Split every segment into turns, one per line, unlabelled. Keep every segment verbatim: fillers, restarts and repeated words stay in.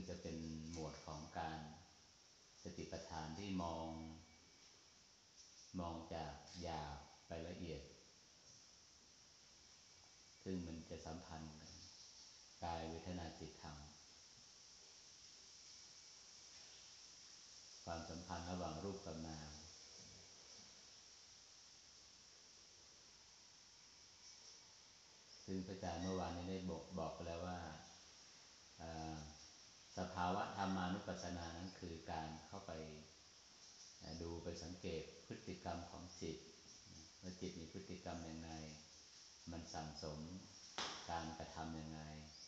จะเป็นหมวดของการสติปัฏฐานที่มองมองจากหยาบไปละเอียดซึ่งมันจะสัมพันธ์กันกายเวทนาจิตธรรมความสัมพันธ์ระหว่างรูปกับนามซึ่งพระอาจารย์เมื่อวานนี้ได้บอกบอกไปแล้วว่าสภาวะธรรมานุปัสสนานั้นคือการเข้าไปดูไปสังเกตพฤติกรรมของจิตว่าจิตมีพฤติกรรมยังไงมันสั่งสมการกระทำยังไง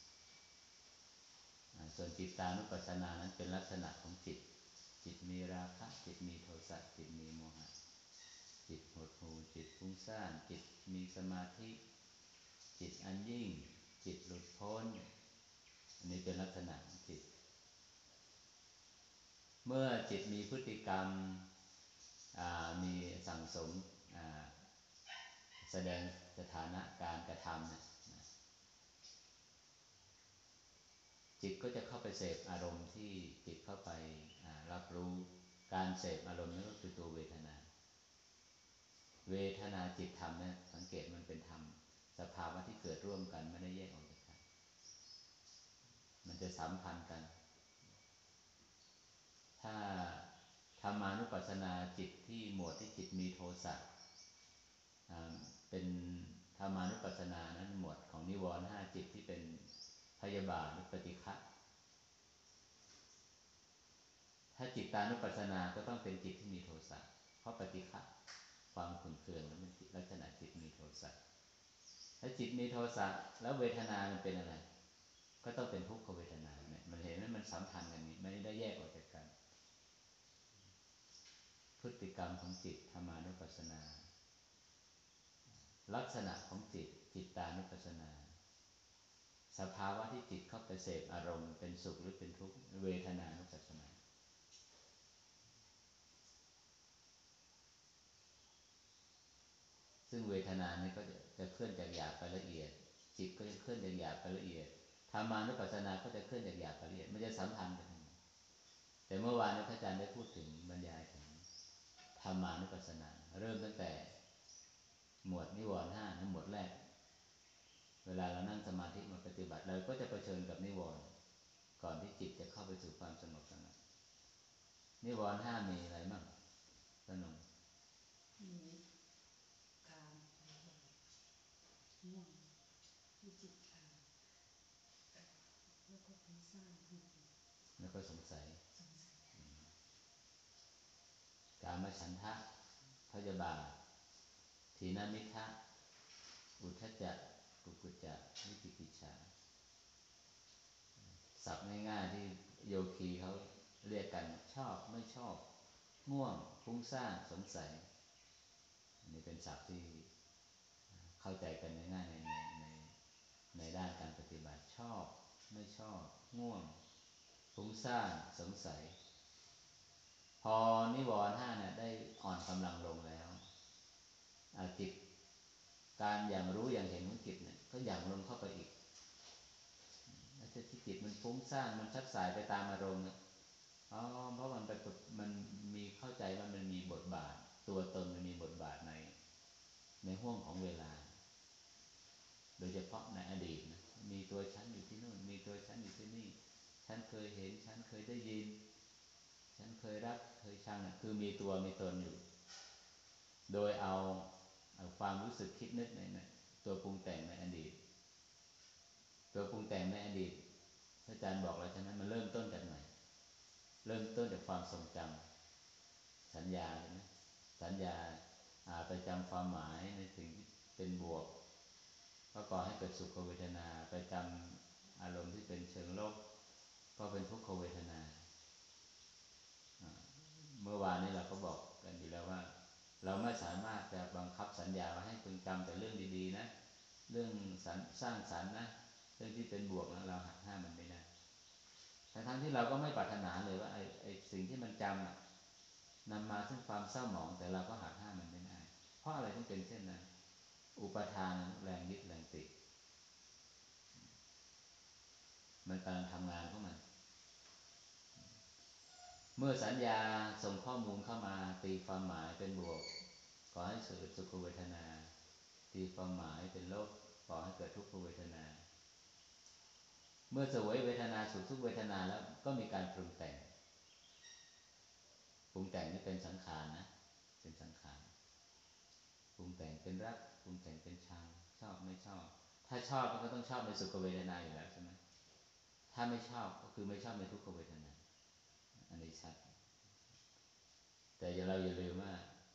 ส่วนจิตตานุปัสสนานั้นเป็นลักษณะของจิตจิตมีราคะจิตมีโทสะจิตมีโมหะจิตหดหู่จิตฟุ้งซ่านจิตมีสมาธิจิตอันยิ่งจิตหลุดพ้นอันนี้เป็นลักษณะของจิตเมื่อจิตมีพฤติกรรมมีสั่งสมแสดงสถานะการกระทำเนี่ยจิตก็จะเข้าไปเสพอารมณ์ที่จิตเข้าไปรับรู้การเสพอารมณ์นั้นก็คือตัวเวทนาเวทนาจิตธรรมเนี่ยสังเกตมันเป็นธรรมสภาวะที่เกิดร่วมกันไม่ได้แยกออกจากกันมันจะสัมพันธ์กันถ้าธรรมานุปัสสนาจิตที่หมวดที่จิตมีโทสะเป็นธรรมานุปัสสนานั้นหมวดของนิวรณ์ห้าจิตที่เป็นพยาบาทหรือปฏิฆะถ้าจิตตานุปัสสนาก็ต้องเป็นจิตที่มีโทสะเพราะปฏิฆะความขุ่นเคืองนั้นเป็นลักษณะจิตมีโทสะถ้าจิตมีโทสะแล้วเวทนามันเป็นอะไรก็ต้องเป็นทุกขเวทนาเนี่ยมันเห็นว่ามันสัมพันธ์กันนี้ไม่ได้แยกออกจากกันพฤติกรรมของจิตธรรมานุปัสสนาลักษณะของจิตจิตตานุปัสสนาสภาวะที่จิตเข้าไปเสพอารมณ์เป็นสุขหรือเป็นทุกข์เวทนานุปัสสนาซึ่งเวทนานี้ก็จะจะเคลื่อนจากหยาบไปละเอียดจิตก็จะเคลื่อนจากหยาบไปละเอียดธรรมานุปัสสนาก็จะเคลื่อนจากหยาบไปละเอียดมันจะสัมพันธ์กันแต่เมื่อวานนี้พระอาจารย์ได้พูดถึงบรรยายถึงธรรมานุปัสสนาเริ่มตั้งแต่หมวดนิวรณ์ห้านะหมวดแรกเวลาเรานั่งสมาธิมาปฏิบัติเราก็จะเผชิญกับนิวรณ์ก่อนที่จิตจะเข้าไปสู่ความสงบสงัดนิวรณ์ห้ามีอะไรบ้างสนุก
มีการง่วงวิจิตรแล้วก็ฟุ้งซ่าน
แล้วก็สงสัย
สงสัย
กามฉันทะพยาบาทถีนมิทะอุทธัจจะกุกุจจะวิจิกิจฉาศัพท์ง่ายๆที่โยคีเขาเรียกกันชอบไม่ชอบง่วงฟุ้งซ่านสงสัยอันนี้เป็นศัพท์ที่เข้าใจกันง่ายๆในในในในด้านการปฏิบัติชอบไม่ชอบง่วงฟุ้งซ่านสงสัยพอนิวรณ์ห้าเนี่ยได้อ่อนกำลังลงแล้วจิตการอย่างรู้อย่างเห็นของจิตเนี่ยก็อย่างลงเข้าไปอีกแล้วที่จิตมันฟุ้งซ่านมันชักสายไปตามอารมณ์เนี่ยอ๋อเพราะมันไปมันมีเข้าใจว่ามันมีบทบาทตัวตนมันมีบทบาทในในห้วงของเวลาโดยเฉพาะในอดีตนะมีตัวฉันอยู่ที่นู่นมีตัวฉันอยู่ที่นี่ฉันเคยเห็นฉันเคยได้ยินฉันเคยรักเคยชังคือมีตัวมีตนอยู่โดยเอาเอาความรู้สึกคิดนึกในตัวปรุงแต่งในอดีตตัวปรุงแต่งในอดีตอาจารย์บอกแล้วใช่ไหมมันเริ่มต้นจากไหนเริ่มต้นจากความทรงจำสัญญาใช่ไหมสัญญาไปจำความหมายในสิ่งที่เป็นบวกก็ก่อให้เกิดสุขเวทนาไปจำอารมณ์ที่เป็นเชิงลบก็เป็นทุกขเวทนาเมื่อวานนี้เราก็บอกกันอยู่แล้วว่าเราไม่สามารถจะบังคับสัญญาว่าให้พึงจำแต่เรื่องดีๆนะเรื่องสร้างสรรค์นะเรื่องที่เป็นบวกนะเราหักห้ามมันไม่ได้ทั้งๆที่เราก็ไม่ปรารถนาเลยว่าไอ้ไอ้สิ่งที่มันจำนำมาซึ่งความเศร้าหมองแต่เราก็หักห้ามมันไม่ได้เพราะอะไรถึงเป็นเช่นนั้นอุปทานแรงยึดแรงติดมันกำลังทำงานของมันเมื่อสัญญาส่งข้อมูลเข้ามาตีความหมายเป็นบวกก่อให้เกิดสุขเวทนาตีความหมายเป็นลบก่อให้เกิดทุกขเวทนาเมื่อเสวยเวทนาสุขทุกเวทนาแล้วก็มีการปรุงแต่งปรุงแต่งนี่เป็นสังขารนะเป็นสังขารปรุงแต่งเป็นรักปรุงแต่งเป็นชังชอบไม่ชอบถ้าชอบมันก็ต้องชอบในสุขเวทนาอยู่แล้วใช่ไหมถ้าไม่ชอบก็คือไม่ชอบในทุกขเวทนาอันนี้ชัดแต่อย่าเราอย่าลืมว่า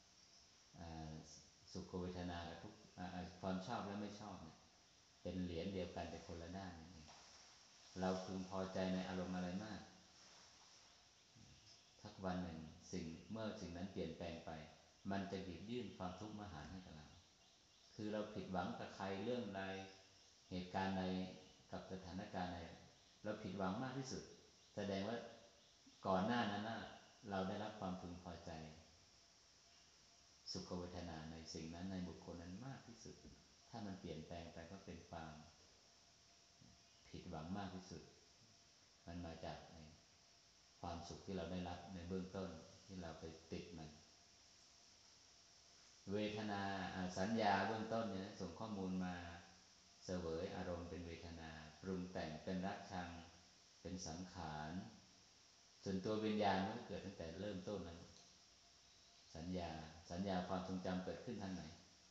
สุขเวทนากับทุกความชอบและไม่ชอบเนี่ยเป็นเหรียญเดียวกันแต่คนละด้านนั่นเองเราพึงพอใจในอารมณ์อะไรมากทักวันหนึ่งสิ่งเมื่อสิ่งนั้นเปลี่ยนแปลงไปมันจะหยิบยื่นความทุกข์มาหาให้กับเราคือเราผิดหวังกับใครเรื่องใดเหตุการณ์ใดกับสถานการณ์ใดเราผิดหวังมากที่สุดแสดงว่าก่อนหน้านั้นเราได้รับความพึงพอใจสุขเวทนาในสิ่งนั้นในบุคคลนั้นมากที่สุดถ้ามันเปลี่ยนแปลงไปก็เป็นความผิดหวังมากที่สุดมันมาจากความสุขที่เราได้รับในเบื้องต้นที่เราไปติดมันเวทนาสัญญาเบื้องต้นเนี่ยส่งข้อมูลมาเสวยอารมณ์เป็นเวทนาปรุงแต่งเป็นรักชังเป็นสังขารส่วนตัววิญญาณมันก็เกิดตั้งแต่เริ่มต้นนั้นสัญญาสัญญาความทรงจำเกิดขึ้นทางไหน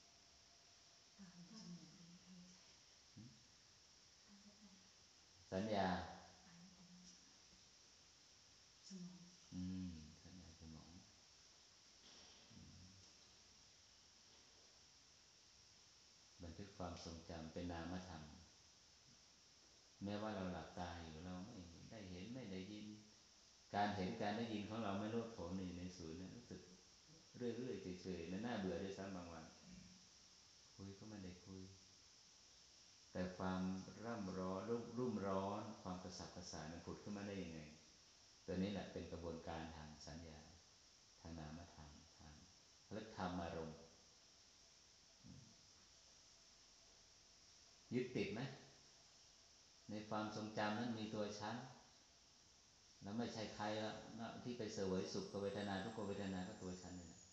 สัญญา
สมอง
อืมสัญญาสมองบันทึกความทรงจำเป็นนามธรรมแม้ว่าเราหลับตาอยู่เราไม่ได้เห็นไม่ได้ยินการเห็นการได้ยินของเราไม่โลดโผนอยู่ในศูนย์นะรู้สึกเรื่อยๆเฉยๆน่าเบื่อด้วยซ้ำบางวันคุยก็ไม่ได้คุยแต่ความร่ำร้อนรุ่มร้อนความกระสับกระส่ายมันผุดขึ้นมาได้ยังไงตัวนี้แหละเป็นกระบวนการทางสัญญาทางนามธรรมทางเรียกธรรมอารมณ์ยึดติดไหมในความทรงจำนั้นมีตัวฉันแล้วไม่ใช่ใครแล้วที่ไปเสวยสุขเวทนาทุกขเวทนาก็ตัวฉันนี่แหละ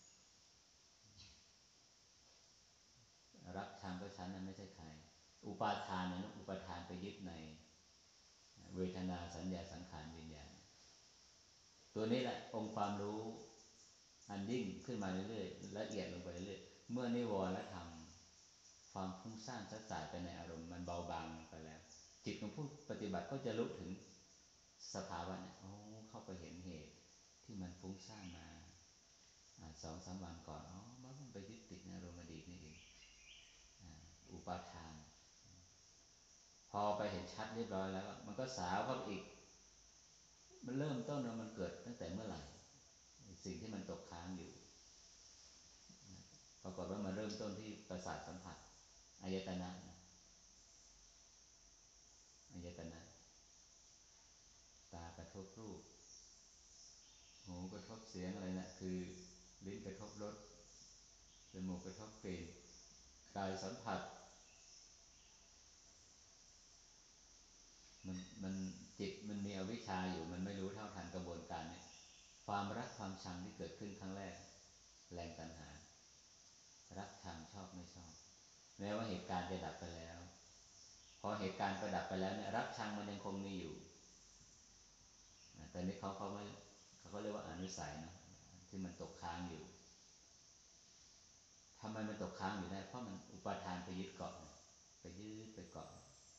รักชังก็ฉันนั้นไม่ใช่ใครอุปาทานเนี่ยอุปาทานไปยึดในเวทนาสัญญาสังขารวิญญาณตัวนี้แหละองค์ความรู้อันยิ่งขึ้นมาเรื่อยๆละเอียดลงไปเรื่อยๆเมื่อนิวรณ์และธรรมความฟุ้งซ่านซัดสายไปในอารมณ์มันเบาบางไปแล้วจิตของผู้ปฏิบัติก็จะรู้ถึงสภาวะเนี่ยโอ้เข้าไปเห็นเหตุที่มันฟุ้งซ่านมาสองสามวันก่อนอ๋อมันไปยึดติดในอารมณ์อดีตนี่เองอุปาทานพอไปเห็นชัดเรียบร้อยแล้วมันก็สาวเข้าอีกมันเริ่มต้นมันเกิดตั้งแต่เมื่อไหร่สิ่งที่มันตกค้างอยู่ปรากฏว่ามันเริ่มต้นที่ประสาทสัมผัสอายตนะอายตนะตากระทบรูปหูกระทบเสียงอะไรนะคือลิ้นกระทบรสจมูกกระทบกลิ่นกายสัมผัสมันมันจิตมันมีอวิชชาอยู่มันไม่รู้เท่าทันกระบวนการนี้ความรักความชังที่เกิดขึ้นครั้งแรกแรงตัณหารักชังชอบไม่ชอบแม้ว่าเหตุการณ์จะดับไปแล้วพอเหตุการณ์ประดับไปแล้วเนี่ยรักชังมันยังคงมีอยู่แต่นี้เขาเขาไม่เขาก็เรียกว่าอนุสัยเนาะที่มันตกค้างอยู่ทำไมมันตกค้างอยู่ได้เพราะมันอุปทานไปยึดเกาะไปยึดไปเกาะ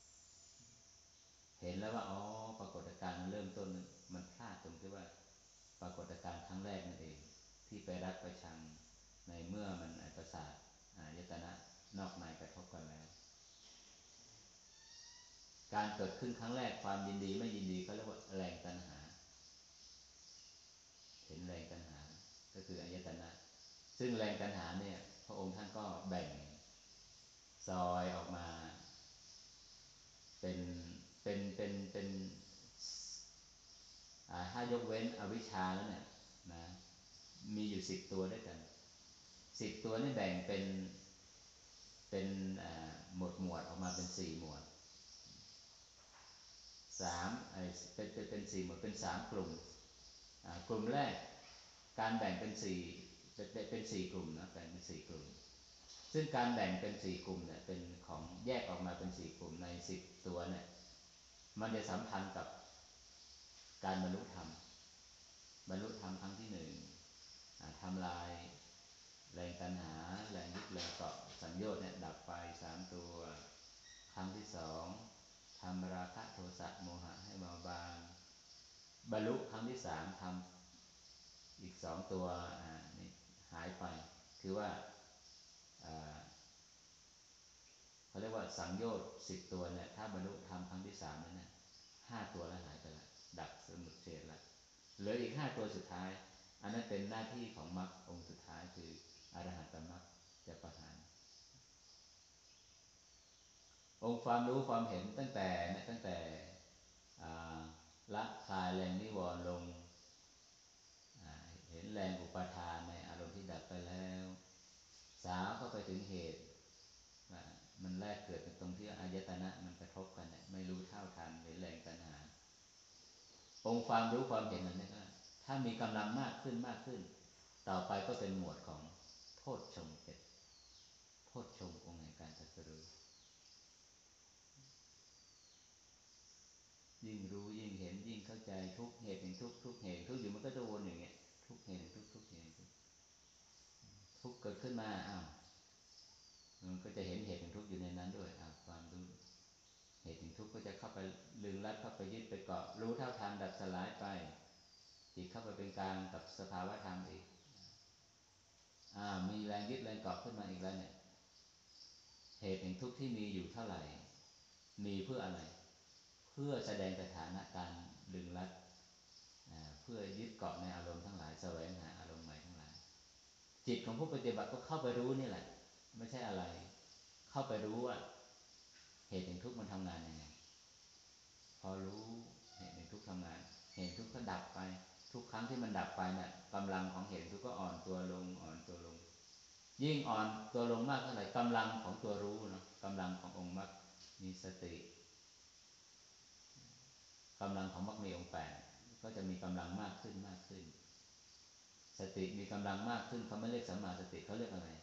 เห็นแล้วว่าอ๋อปรากฏการณ์มันเริ่มต้นมันพลาดตรงที่ว่าปรากฏการณ์ครั้งแรกนั่นเองที่ไปรักไปชังในเมื่อมันประสาทอายตนะนอกในกระทบกันแล้วการเกิดขึ้นครั้งแรกความยินดีไม่ยินดีเขาเรียกว่าแรงตัณหาเห็นแรงตัณหาก็คืออายตนะซึ่งแรงตัณหาเนี่ยพระองค์ท่านก็แบ่งซอยออกมาเป็นเป็นเป็นเป็นถ้ายกเว้นอวิชชาแล้วเนี่ยนะมีอยู่สิบตัวด้วยกันสิบตัวนี่แบ่งเป็นเป็นหมวดหมวดออกมาเป็นสี่หมวดสามไอ้เป็นเป็นเป็นสี่หมวดเป็นสามกลุ่มกลุ่มแรกการแบ่งเป็นสี่เป็นสี่กลุ่มนะแบ่งเป็นสี่กลุ่มซึ่งการแบ่งเป็นสี่กลุ่มเนี่ยเป็นของแยกออกมาเป็นสี่กลุ่มในสิบตัวเนี่ยมันจะสัมพันธ์กับการบรรลุธรรมบรรลุธรรมครั้งที่หนึ่งทำลายแรงตัณหาแรงยึดแรงเกาะสัญโยชน์เนี่ยดับไปสามตัวครั้งที่สองทำราคะโทสะโมหะให้เบาบางบรรลุครั้งที่สามทำอีกสองตัวอ่านี่หายไปคือว่าเขาเรียกว่าสังโยชน์สิบตัวเนี่ยถ้าบรรลุธรรมครั้งที่สามแล้วเนี่ยห้าตัวแล้วหายไปละดับสมุทเฉทละเหลืออีกห้าตัวสุดท้ายอันนั้นเป็นหน้าที่ของมรรคองค์สุดท้ายคืออรหัตตมรรคจะประหารองค์ความรู้ความเห็นตั้งแต่เนี่ยตั้งแต่ละคลายแรงนิวรณ์ลงเห็นแรงอุปทานในอารมณ์ที่ดับไปแล้วสาวก็ไปถึงเหตุมันแรกเกิดตรงที่อายตนะมันกระทบกันเนี่ยไม่รู้เท่าทันเห็นแรงตัณหาองค์ความรู้ความเห็นนั้นก็ถ้ามีกำลังมากขึ้นมากขึ้นต่อไปก็เป็นหมวดของโพชฌงค์เจ็ดโพชฌงค์องค์แห่งการตรัสรู้ยิ่งรู้ยิ่งเห็นยิ่งเข้าใจทุกเหตุแห่งทุกทุกเหตุทุกอยู่มันก็จะวนอย่างเงี้ยทุกเหตุแห่งทุกทุกเหตุทุกทุกเกิดขึ้นมาอ้าวมันก็จะเห็นเหตุแห่งทุกอยู่ในนั้นด้วยอ้าวความรู้เหตุแห่งทุกก็จะเข้าไปลึงลัดเข้าไปยึดไปเกาะรู้เท่าทันดับสลายไปจิตเข้าไปเป็นกลางกับสภาวะธรรมอีกอ่ามีแรงยึดแรงเกาะขึ้นมาอีกแล้วเนี่ยเหตุแห่งทุกข์ที่มีอยู่เท่าไหร่มีเพื่ออะไรเพื่อแสดงสถานะการดึงลัดเพื่อยึดเกาะในอารมณ์ทั้งหลายแสวงหาอารมณ์ใหม่ทั้งหลายจิตของผู้ปฏิบัติก็เข้าไปรู้นี่แหละไม่ใช่อะไรเข้าไปรู้ว่าเหตุแห่งทุกข์มันทำงานยังไงพอรู้เหตุแห่งทุกข์ทำงานเหตุทุกข์ก็ดับไปทุกครั้งที่มันดับไปเนี่ยกำลังของเหตุทุกข์ก็อ่อนตัวลงอ่อนตัวลงยิ่งอ่อนตัวลงมากเท่าไหร่กำลังของตัวรู้เนาะกำลังขององค์มรรคมีสติกำลังของมรรคมีองค์แปดก็จะมีกำลังมากขึ้นมากขึ้นสติมีกำลังมากขึ้นเขาไม่เรียกสัมมาสติเขาเรียกอะไร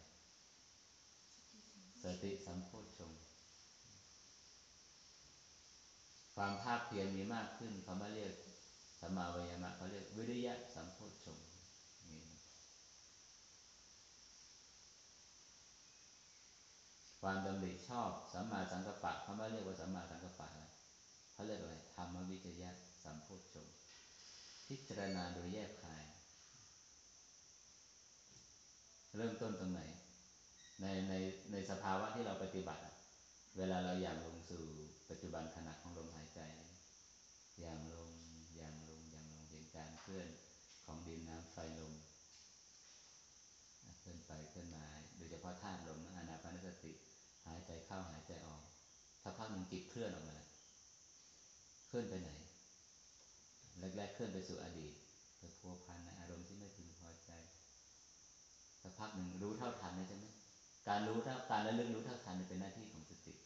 สติสัมโพชฌงค์ความภาคเพียรมีมากขึ้นเขาไม่เรียกสัมมาวิยามะเขาเรียกวิริยะสัมโพชฌงค์ความดำริชอบสัมมาสังกัปปะเขาไม่เรียกว่าสัมมาสังกัปปะนะเขาเรียกอะไรธรรมวิจยะสัมโพชฌงค์พิจารณาโดยแยกคายเริ่มต้นตรงไหนในในในสภาวะที่เราปฏิบัติเวลาเราอย่างลงสู่ปัจจุบันขณะของลมหายใจอย่างลงอย่างลงอย่างลงเห็นการเคลื่อนของดินน้ำไฟลมเคลื่อนไปเคลื่อนมาโดยเฉพาะธาตุลมอานาปานสติหายใจเข้าหายใจออกถ้าพักหนึ่งจิตเคลื่อนออกมาเคลื่อนไปไหนแรกๆเคลื่อนไปสู่อดีตไปพัวพันในอารมณ์ที่ไม่พึงพอใจสักพักหนึ่งรู้เท่าทันนะใช่ไหมการรู้เท่าการระลึกรู้เท่าทันเป็นหน้าที่ของสติ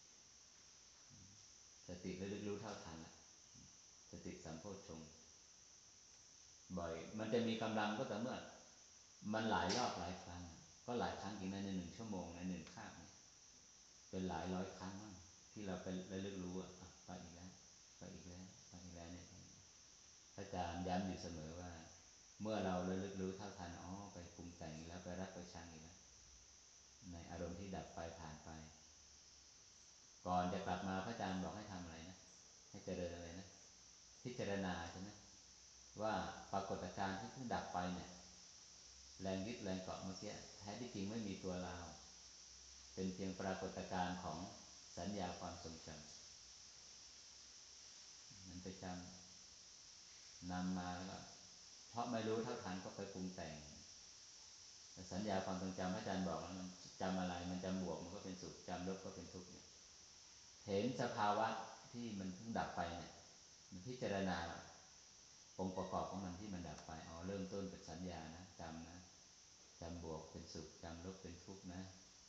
สติระลึกรู้เท่าทันละสติสัมโพชฌงค์บ่อยมันจะมีกำลังก็แต่เมื่อมันหลายรอบหลายครั้งก็หลายครั้งอีกในหนึ่งชั่วโมงในหนึ่งคาบเนี่ยเป็นหลายร้อยครั้งมั้งที่เราไประลึกรู้อ่ะไปอีกแล้วไปอีกแล้วไปอีกแล้วเนี่ยอาจารย์ย้ำอยู่เสมอว่าเมื่อเราระลึกรู้เท่าทันอ๋อไปปรุงแต่งแล้วไปรักไปชังอีกแล้วในอารมณ์ที่ดับไปผ่านไปก่อนจะกลับมาพระอาจารย์บอกให้ทำอะไรนะให้เจริญอะไรนะพิจารณาใช่ไหมว่าปรากฏการณ์ที่เพิ่งดับไปเนี่ยแรงยึดแรงเกาะเมื่อกี้แท้ที่จริงไม่มีตัวเราเป็นเพียงปรากฏการณ์ของสัญญาความทรงจำมันไปจำนำมาแล้วก็เพราะไม่รู้เท่าทันก็ไปปรุงแต่งสัญญาความทรงจำพระอาจารย์บอกแล้วมันจำอะไรมันจำบวกมันก็เป็นสุขจำลบก็เป็นทุกข์เนี่ยเห็นสภาวะที่มันเพิ่งดับไปเนี่ยมันพิจารณาองค์ประกอบของมันที่มันดับไปอ๋อเริ่มต้นเป็นสัญญานะจำนะจำบวกเป็นสุขจำลบเป็นทุกข์นะ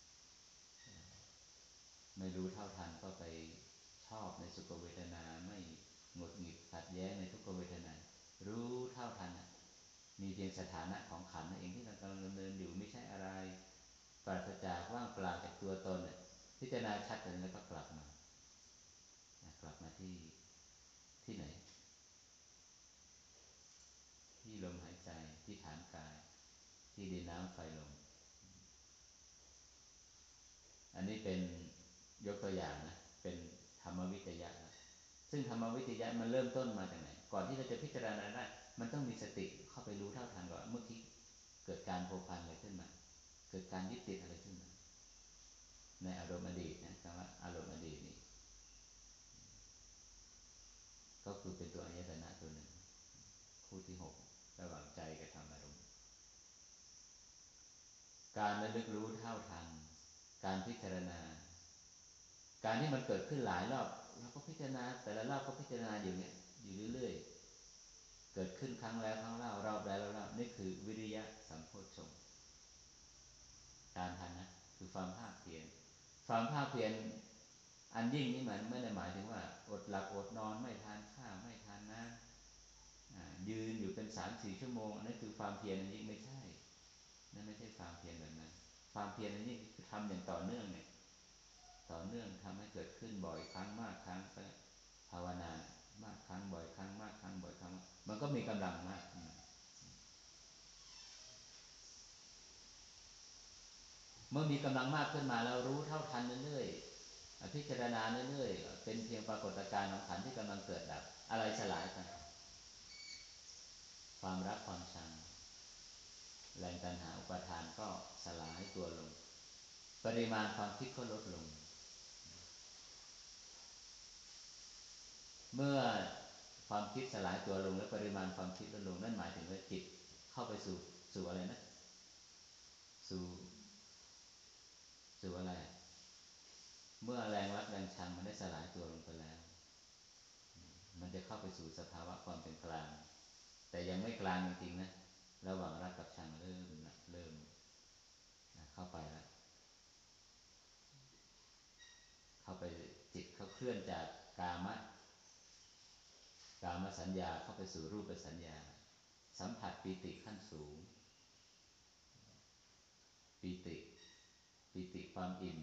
ไม่รู้เท่าทันก็ไปชอบในสุขเวทนาไม่หงุดหงิดขัดแย้งในทุกขเวทนารู้เท่าทันนะสถานะของขันธ์นั่นเองที่เรากำลังดำเนินอยู่ไม่ใช่อะไรปราศจากว่างเปล่าจากตัวตนเนี่ยพิจารณาชัดเลยแล้วก็กลับมากลับมาที่ที่ไหนที่ลมหายใจที่ฐานกายที่ดินน้ำไฟลมอันนี้เป็นยกตัวอย่างนะเป็นธรรมวิทยะนะซึ่งธรรมวิทยะมันเริ่มต้นมาจากไหนก่อนที่เราจะพิจารณาได้มันต้องมีสติเข้าไปรู้เท่าทันก่อนเมื่อกี้เกิดการโผพันอะไรขึ้นมาเกิดการยึดติดอะไรขึ้นมาในอารมณ์อดีตนะคำว่าอารมณ์อดีตนี่ก็คือเป็นตัวอายตนะตัวหนึ่งคู่ที่หกระหว่างใจกับธรรมอารมณ์การระลึกรู้เท่าทันการพิจารณาการที่มันเกิดขึ้นหลายรอบเราก็พิจารณาแต่ละรอบก็พิจารณาอยู่เนี่ยอยู่เรื่อยๆเกิดขึ้นครั้งแล้วครั้งเล่ารอบแล้วรอบนี่คือวิริยะสัมโพชฌงค์การทันนะคือความภาคเพียรความภาคเพียรอันยิ่งนี่มันไม่ได้หมายถึงว่าอดหลับอดนอนไม่ทานข้าวไม่ทานน้ำยืนอยู่เป็นสามสี่ชั่วโมงอันนั้นคือความเพียรอันยิ่งไม่ใช่นั่นไม่ใช่ความเพียรแบบนั้นความเพียรอันยิ่งคือทำอย่างต่อเนื่องเนี่ยต่อเนื่องทำให้เกิดขึ้นบ่อยครั้งมากครั้งภาวนามากครั้งบ่อยครั้งมากครั้งบ่อยครั้งมันก็มีกำลังมากเมื่อมีกำลังมากขึ้นมาแล้วรู้เท่าทันเรื่อยๆพิจารณาเรื่อยๆเป็นเพียงปรากฏการณ์ของขันธ์ที่กำลังเกิดดับอะไรสลายไปความรักความชังแรงตัณหาอุปาทานก็สลายตัวลงปริมาณความคิดก็ลดลงเมื่อความคิดสลายตัวลงและปริมาณความคิดลดลงนั่นหมายถึงว่าจิตเข้าไปสู่สู่อะไรนะสู่สู่อะไรเมื่อแรงรักแรงชังมันได้สลายตัวลงไปแล้วมันจะเข้าไปสู่สภาวะความเป็นกลางแต่ยังไม่กลางจริงๆนะระหว่างรักกับชังเริ่มนะเริ่มเข้าไปแล้วเข้าไปจิตเขาเคลื่อนจากกามะกามสัญญาเข้าไปสู่รูปสัญญาสัมผัสปีติขั้นสูงปีติปีติความอิ่ม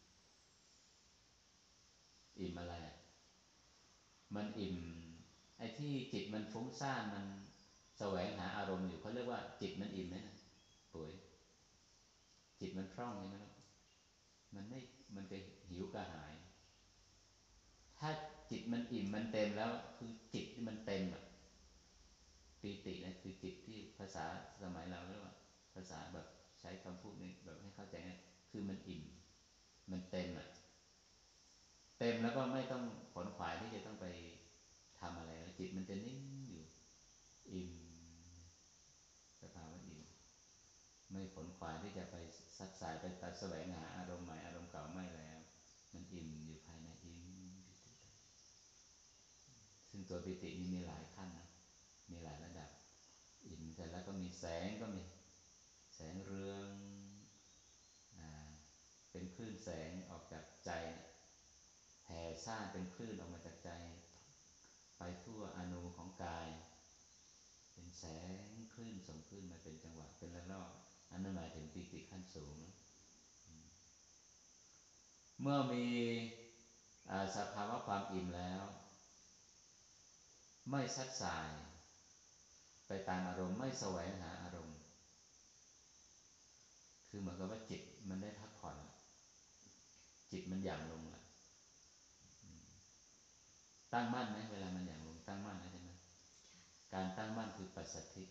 อิ่มอะไรมันอิ่มไอ้ที่จิตมันฟุ้งซ่านมันแสวงหาอารมณ์อยู่เขาเรียกว่าจิตมันอิ่มไหมนะป่วยจิตมันพร่องใช่ไหมลูกมันไม่มันจะหิวกระหายถ้าจิตมันอิ่มมันเต็มแล้วคือจิตที่มันเต็มอ่ะปีตินะคือจิตที่ภาษาสมัยเราเรียกว่าภาษาแบบใช้คำพูดนี้แบบให้เข้าใจง่ายคือมันอิ่มมันเต็มอ่ะเต็มแล้วก็ไม่ต้องขวนขวายที่จะต้องไปทำอะไรแล้วจิตมันจะนิ่งอยู่อิ่มสภาวะอิ่มไม่ขวนขวายที่จะไปซักสายไปตัดแสวงหาอารมณ์ใหม่อารมณ์เก่าไม่แล้วมันอิ่มอยู่ภายในอิ่มซึ่งตัวปิตินี้มีหลายขั้นนะมีหลายระดับอิ่มเสร็จแล้วก็มีแสงก็มีแสงเรืองอ่าเป็นคลื่นแสงออกจากใจแผ่ซ่านเป็นคลื่นออกมาจากใจไปทั่วอนูของกายเป็นแสงคลื่นส่งคลื่นมาเป็นจังหวะเป็นระลอกอันนั้นหมายถึงปีติขั้นสูงนะเมื่อมีสภาวะความอิ่มแล้วไม่ซัดสายไปตามอารมณ์ไม่แสวงหาอารมณ์คือเหมือนกับว่าจิตมันได้พักผ่อนจิตมันหย่างลงแล้วตั้งมั่นไหมเวลามันหย่างลงตั้งมั่นนะใช่ไหมการตั้งมั่นคือปัสสัทธิ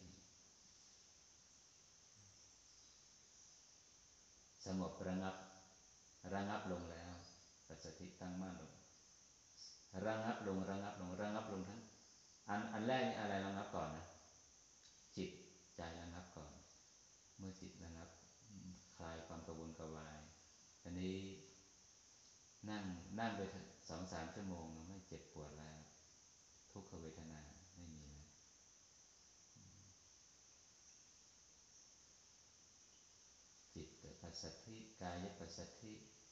สงบระงับระงับลงแล้วปัสสัทธิตั้งมั่นลงระงับลงระงับลงระงับลงทั้งอันอันแรกนี่อะไรระงับก่อนนะจิตใจระงับก่อนเมื่อจิตระงับคลายความกระวนกระวายอันนี้นั่งนั่งไปสองสามชั่วโมงไม่เจ็บปวดแล้วทุกขเวทนาไม่มีแล้วจิตปัสสัทธิกายปัสสัทธิ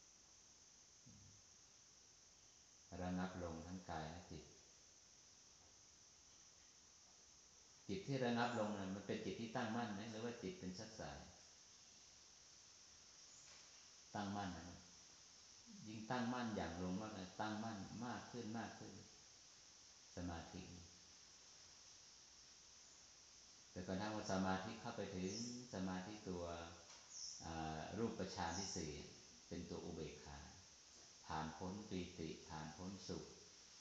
ระงับลงทั้งกายและจิตจิตที่ระงับลงนั้นมันเป็นเป็นจิตที่ตั้งมั่นไหมหรือว่าจิตเป็นชัดสายตั้งมั่นนะยิ่งตั้งมั่นอย่างลงมากเลยตั้งมั่นมากขึ้นมากขึ้นสมาธิแต่กระทั่งว่าสมาธิเข้าไปถึงสมาธิตัวรูปฌานที่สี่เป็นตัวอุเบกขาผ่านพ้นปีติผ่านพ้นสุข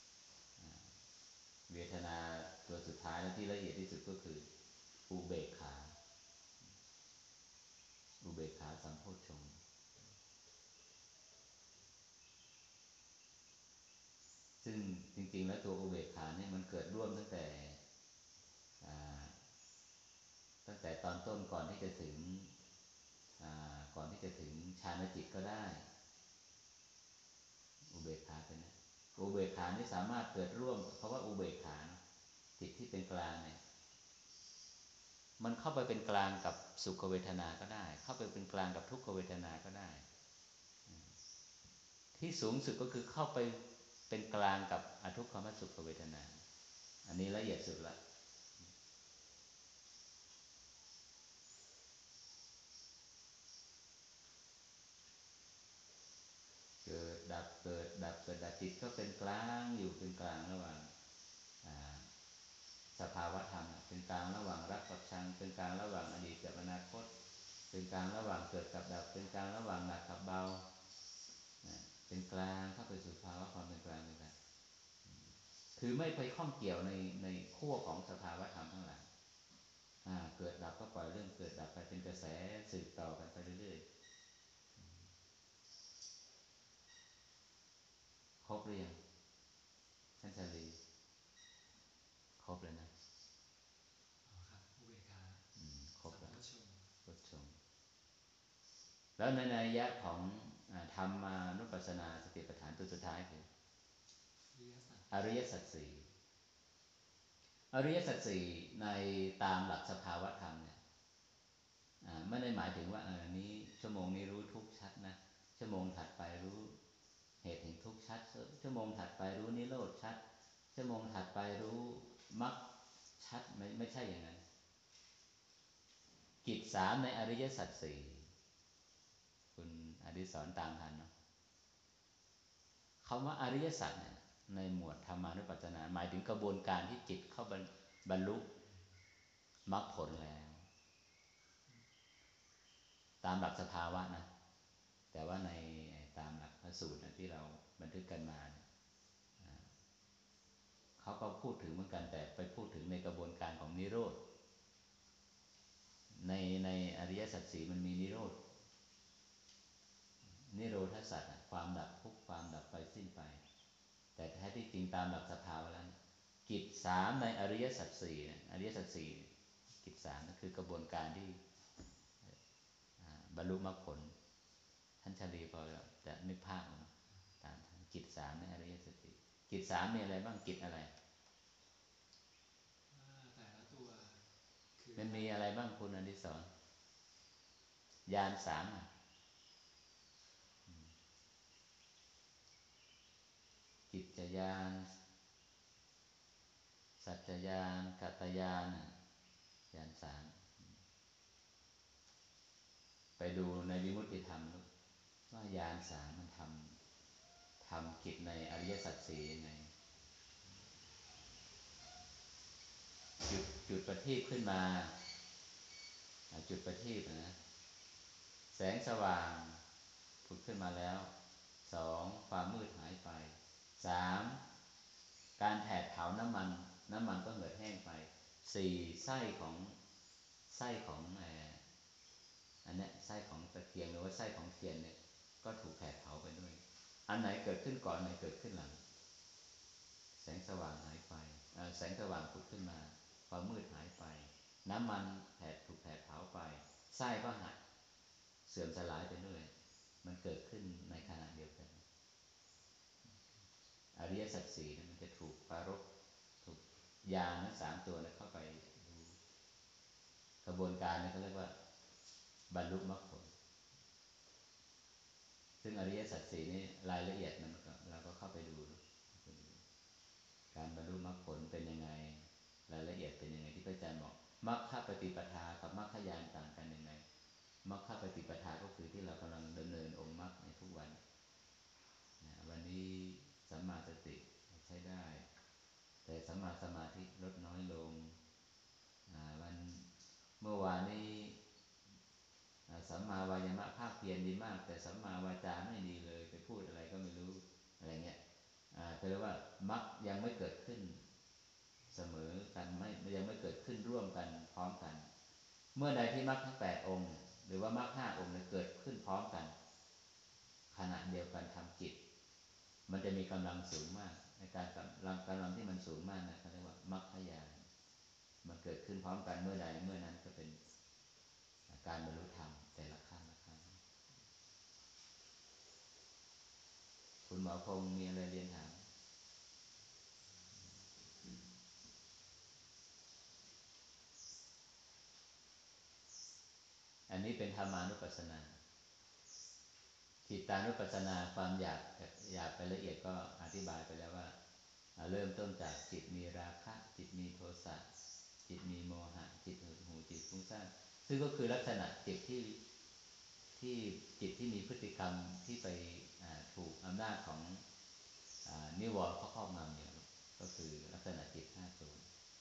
เวทนาตัวสุดท้ายและที่ละเอียดที่สุดก็คืออุเบกขาอุเบกขาสัมโพชฌงค์ซึ่งจริงๆแล้วตัวอุเบกขาเนี่ยมันเกิดร่วมตั้งแต่ตั้งแต่ตอนต้นก่อนที่จะถึงก่อนที่จะถึงฌานจิตก็ได้อุเบกขาเป็นนะอุเบกขานี่สามารถเกิดร่วมเพราะว่าอุเบกขาจิตที่เป็นกลางเนี่ยมันเข้าไปเป็นกลางกับสุขเวทนาก็ได้เข้าไปเป็นกลางกับทุกขเวทนาก็ได้ที่สูงสุดก็คือเข้าไปเป็นกลางกับอทุกขมสุขเวทนาอันนี้ละเอียดสุดละเกิดดับเกิดดับเกิดดับจิตก็เป็นกลางอยู่เป็นกลางระหว่างสภาวะธรรมเป็นกลางระหว่างรักกับชังเป็นกลางระหว่างอดีตกับอนาคตเป็นกลางระหว่างเกิดกับดับเป็นกลางระหว่างหนักกับเบาเป็นกลางเข้าไปสู่ภาวะความเป็นกลางเป็นกลางคือไม่ไปข้องเกี่ยวในในขั้วของสภาวะธรรมทั้งหลายเกิดดับก็ปล่อยเรื่องเกิดดับไปเป็นกระแสสืบต่อกันไปเรื่อยๆครบหรือยังท่านชาลีครบเลยนะ
อ๋อครับอุเบกขา
ครบแล้วโพชฌงค์แล้วในนัยยะของธรรมานุปัสสนาสติปัฏฐานตัวสุดท้ายคืออริยสัจสี่อริยสัจสี่ในตามหลักสภาวะธรรมเนี่ยไม่ได้หมายถึงว่าอันนี้ชั่วโมงนี้รู้ทุกชัดนะชั่วโมงถัดไปรู้เหตุแห่งทุกชัดชั่วโมงถัดไปรู้นิโรธชัดชั่วโมงถัดไปรู้มรรคชัดไม่ไม่ใช่อย่างนั้นกิจสามในอริยสัจสี่คุณอดิศรตามทันเนาะคำว่าอริยสัจเนี่ยในหมวดธรรมานุปัสสนาหมายถึงกระบวนการที่จิตเข้าบรรลุมรรคผลแล้วตามหลักสภาวะนะแต่ว่าในตามหลักพระสูตรนะที่เราบันทึกกันมาเขาก็พูดถึงเหมือนกันแต่ไปพูดถึงในกระบวนการของนิโรธในในอริยสัจสี่มันมีนิโรธนิโรธสัจความดับทุกข์ความดับไปสิ้นไปแต่แท้ที่จริงตามหลักสภาวะแล้วกิจสามในอริยสัจสี่อริยสัจสี่กิจสามนั่นคือกระบวนการที่บรรลุมรรคผลท่านชาลีพอจะนึกภาพนะตามกิจสามในอริยสัจสี่กิจสามมีอะไรบ้างกิจอะไร
แต่ละตัว
มันมีอะไรบ้างคุณอดิศรญาณสามกิจญาณสัจจญาณกัตตญาณญาณสามไปดูในวิมุตติธรรมว่าญาณสามมันทำทำกิจในอริยสัจสี่ยังไงจุดจุดประทีปขึ้นมาจุดประทีปนะแสงสว่างผุดขึ้นมาแล้วสองความมืดหายไปสามการแผดเผาน้ำมันน้ำมันก็เหือดแห้งไปสี่ไส้ของไส้ของอันนี้ไส้ของตะเกียงหรือว่าไส้ของเทียนเนี่ยก็ถูกแผดเผาไปด้วยอันไหนเกิดขึ้นก่อนอันไหนเกิดขึ้นหลังแสงสว่างหายไปแสงสว่างผุดขึ้นมาความมืดหายไปน้ำมันแผดถูกแผดเผาไปไส้ก็หายเสื่อมสลายไปด้วยมันเกิดขึ้นในขณะเดียวกันอริยสัจสี่มันจะถูกปรารภถูกญาณทั้งสามตัวเข้าไปดูกระบวนการนี้เขาเรียกว่าบรรลุมรรคผลซึ่งอริยสัจสี่นี่รายละเอียดมันเราก็เข้าไปดูการบรรลุมรรคผลเป็นยังไงรายละเอียดเป็นยังไงที่พระอาจารย์บอกมรรคปฏิปทากับมรรคญาณต่างกันยังไงมรรคปฏิปทาก็คือที่เรากำลังดำเนินองค์มรรคในทุกวันนะวันนี้สัมมาสติใช้ได้แต่สัมมาสมาธิลดน้อยลงวันเมื่อวานนี้สัมมาวายามะภาคเพียรดีมากแต่สัมมาวาจาไม่ดีเลยไปพูดอะไรก็ไม่รู้อะไรเงี้ยก็เรียกว่ามรรคยังไม่เกิดขึ้นเสมอกันไม่ยังไม่เกิดขึ้นร่วมกันพร้อมกันเมื่อใดที่มรรคทั้งแปดองค์หรือว่ามรรคห้าองค์เนี่ยเกิดขึ้นพร้อมกันขณะเดียวกันทำกิจมันจะมีกำลังสูงมากในการกำลังกำลังที่มันสูงมากนะเขาเรียกว่ามรรคญาณมันเกิดขึ้นพร้อมกันเมื่อใดเมื่อนั้นก็เป็นการบรรลุธรรมแต่ละขั้นละขั้นคุณหมอพงษ์มีอะไรเรียนถามอันนี้เป็นธรรมานุปัสสนาจิตานุปัสสนาความอยากอยากไปละเอียดก็อธิบายไปแล้วว่าเริ่มต้นจากจิตมีราคะจิตมีโทสะจิตมีโมหะจิตหดหู่จิตฟุ้งซ่านซึ่งก็คือลักษณะจิตที่ที่จิตที่มีพฤติกรรมที่ไปถูกอำนาจของนิวรณ์เขาครอบงำอยู่ก็คือลักษณะจิตห้าตัว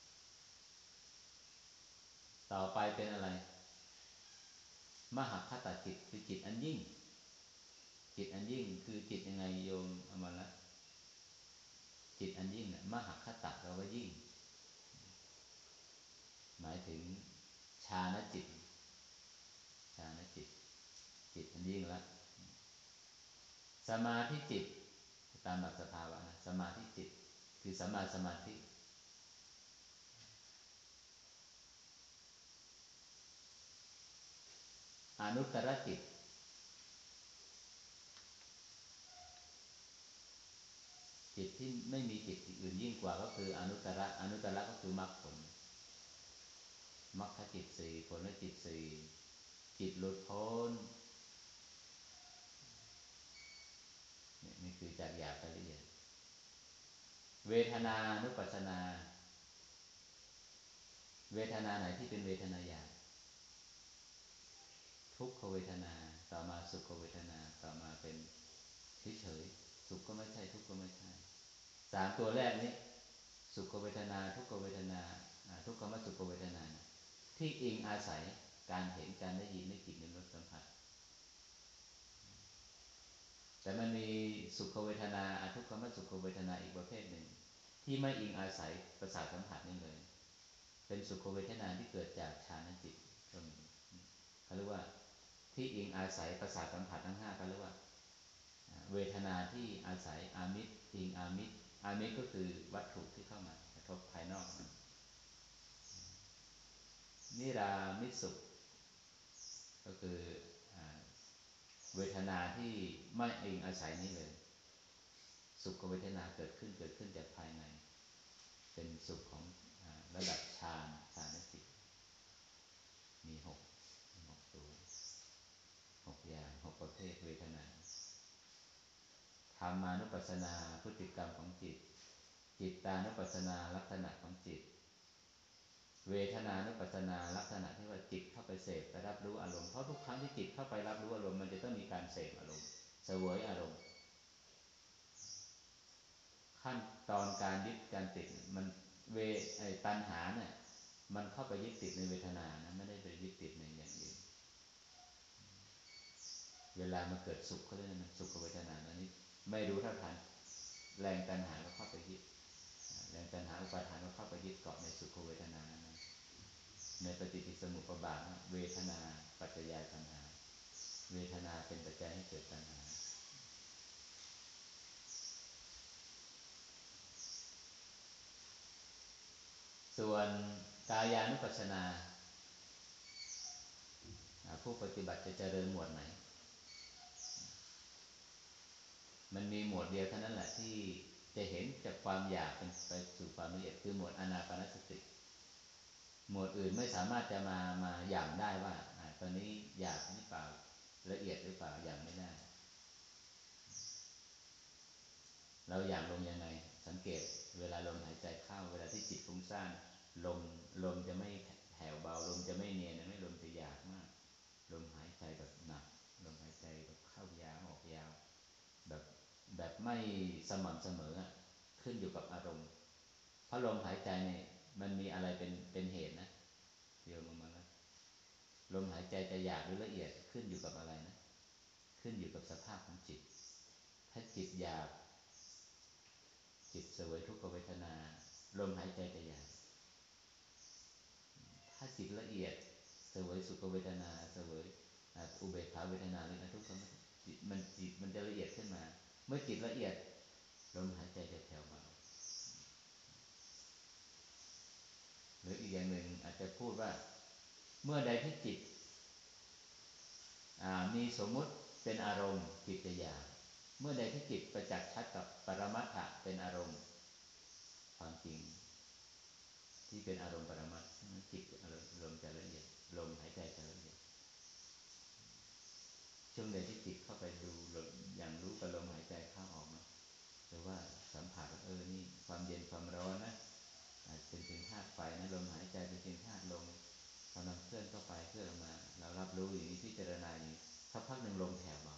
ต่อไปเป็นอะไรมหคตจิตคือจิตอันยิ่งจิตอันยิ่งคือจิตยังไงโยมอมรรัตน์จิตอันยิ่งเนี่ยมหคตแปลว่ายิ่งหมายถึงฌานจิตฌานจิตจิตอันยิ่งละสมาธิจิตตามหลักสภาวะนะสมาธิจิตคือสัมมาสมาธิอนุตตรจิตจิตที่ไม่มีจิตอื่นยิ่งกว่าก็คืออนุตตรอนุตตรก็คือมรรคผลมรรคจิตสี่ผลจิตสี่จิตหลุดพ้นนี่คือจากหยาบไปละเอียดเวทนานุปัสสนาเวทนาไหนที่เป็นเวทนาหยาบทุกขเวทนาต่อมาสุขเวทนาต่อมาเป็นเฉยๆสุขก็ไม่ใช่ทุกข์ก็ไม่ใช่สามตัวแรกนี้สุขเวทนาทุกขเวทนาทุกขมสุขเวทนาที่อิงอาศัยการเห็นการได้ยินได้กลิ่นได้รสสัมผัสแต่มันมีสุขเวทนาทุกขมสุขเวทนาอีกประเภทหนึ่งที่ไม่อิงอาศัยประสาทสัมผัสนี่เลยเป็นสุขเวทนาที่เกิดจากฌานจิตก็มีเขาเรียกว่าที่อิงอาศัยประสาทสัมผัสทั้งห้าเขาเรียกว่าเวทนาที่อาศัยอามิตรอิงอามิตรอามิตรก็คือวัตถุที่เข้ามากระทบภายนอกนิรามิตสุขก็คือเวทนาที่ไม่อิงอาศัยนี้เลยสุขเวทนาเกิดขึ้นเกิดขึ้นจากภายในเป็นสุขของระดับฌานฌานจิตมีหกหกตัวหกอย่างหกประเภทเวทนาธรรมานุปัสสนาพฤติกรรมของจิตจิตตานุปัสสนาลักษณะของจิตเวทนานุปัสสนาลักษณะที่ว่าจิตเข้าไปเสพไปรับรู้อารมณ์เพราะทุกครั้งที่จิตเข้าไปรับรู้อารมณ์มันจะต้องมีการเสพอารมณ์เสวยอารมณ์ขั้นตอนการยึดการติดมันเวไอตัณหาเนี่ยมันเข้าไปยึดติดในเวทนานะไม่ได้ไปยึดติดในอย่างอื่นเวลามันเกิดสุขเขาเรียกมันสุขเวทนาอันนี้ไม่รู้เท่าทันแรงตัณหาก็เข้าไปยึดแรงตัณหาอุปาทานก็เข้าไปยึดเกาะในสุขเวทนานั้นในปฏิจจสมุปบาทเวทนาปัจจัยตัณหาเวทนาเป็นปัจจัยให้เกิดตัณหาส่วนกายานุปัสสนาผู้ปฏิบัติจะเจริญหมวดไหนมันมีหมวดเดียวเท่านั้นแหละที่จะเห็นจากความอยากเป็นไปสู่ความละเอียดคือหมวดอานาปานสติหมวดอื่นไม่สามารถจะมามาอย่างได้ว่าตอนนี้อยากหรือเปล่าละเอียดหรือเปล่าอย่างไม่ได้เราอยากลงยังไงสังเกตเวลาลมหายใจเข้าเวลาที่จิตฟุ้งซ่านลมลมจะไม่แผ่วเบาลมจะไม่เนียนนะไม่ลมจะหยาบมากลมหายใจแบบหนักลมหายใจแบบเข้ายาวออกยาวแบบแบบไม่สม่ำเสมอขึ้นอยู่กับอารมณ์เพราะลมหายใจเนี่ยมันมีอะไรเป็นเป็นเหตุนะเดี๋ยวมาแล้วลมหายใจจะหยาบหรือละเอียดขึ้นอยู่กับอะไรนะขึ้นอยู่กับสภาพของจิตถ้าจิตหยาบจิตเสวยทุกขเวทนาลมหายใจจะหยาบถ้าจิตละเอียดเสวยสุขเวทนาเสวยอุเบกขาเวทนาหรือทุกขจิตมันจิตมันจะละเอียดขึ้นมาเมื่อจิตละเอียดลมหายใจจะแผ่วเบาหรืออีกอย่างหนึ่งอาจจะพูดว่าเมื่อใดที่จิตมีสมมุติเป็นอารมณ์จิตจะหยาบเมื่อใดที่จิตประจักษ์ชัดกับปรมัตถะเป็นอารมณ์ความจริงที่เป็นอารมณ์ปรมัตถ์จิตอารมณ์จะละเอียดลมหายใจจะละเอียดช่วงใดที่จิตเข้าไปดูอย่างรู้กับลมหายใจเข้าออกเนาะหรือว่าสัมผัสเออนี่ความเย็นความร้อนนะเป็นเพียงธาตุไฟนะลมหายใจเป็นเพียงธาตุลมกำลังเคลื่อนเข้าไปเคลื่อนออกมาเรารับรู้อย่างนี้พิจารณาอย่างนี้สักพักหนึ่งลมแผ่วเบา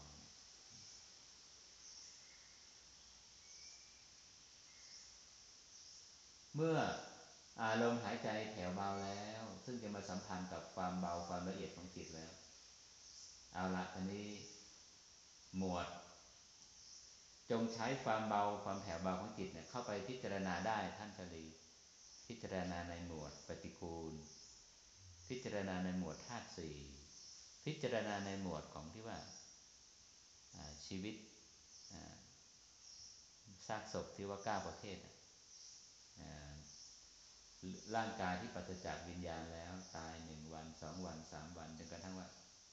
เมื่ออารมณ์หายใจแผ่วเบาแล้วซึ่งจะมาสัมพันธ์กับความเบาความละเอียดของจิตแล้วเอาละอันนี้หมวดจงใช้ความเบาความแผ่วเบาของจิตเนี่ยเข้าไปพิจารณาได้ท่านชลีพิจารณาในหมวดปฏิกูลพิจารณาในหมวดธาตุสี่พิจารณาในหมวดของที่ว่าชีวิตซากศพที่ว่าเก้าประเภทร่างกายที่ปราศจากวิญญาณแล้วตายหนึ่งวันสองวันสามวันจนกระทั่งว่า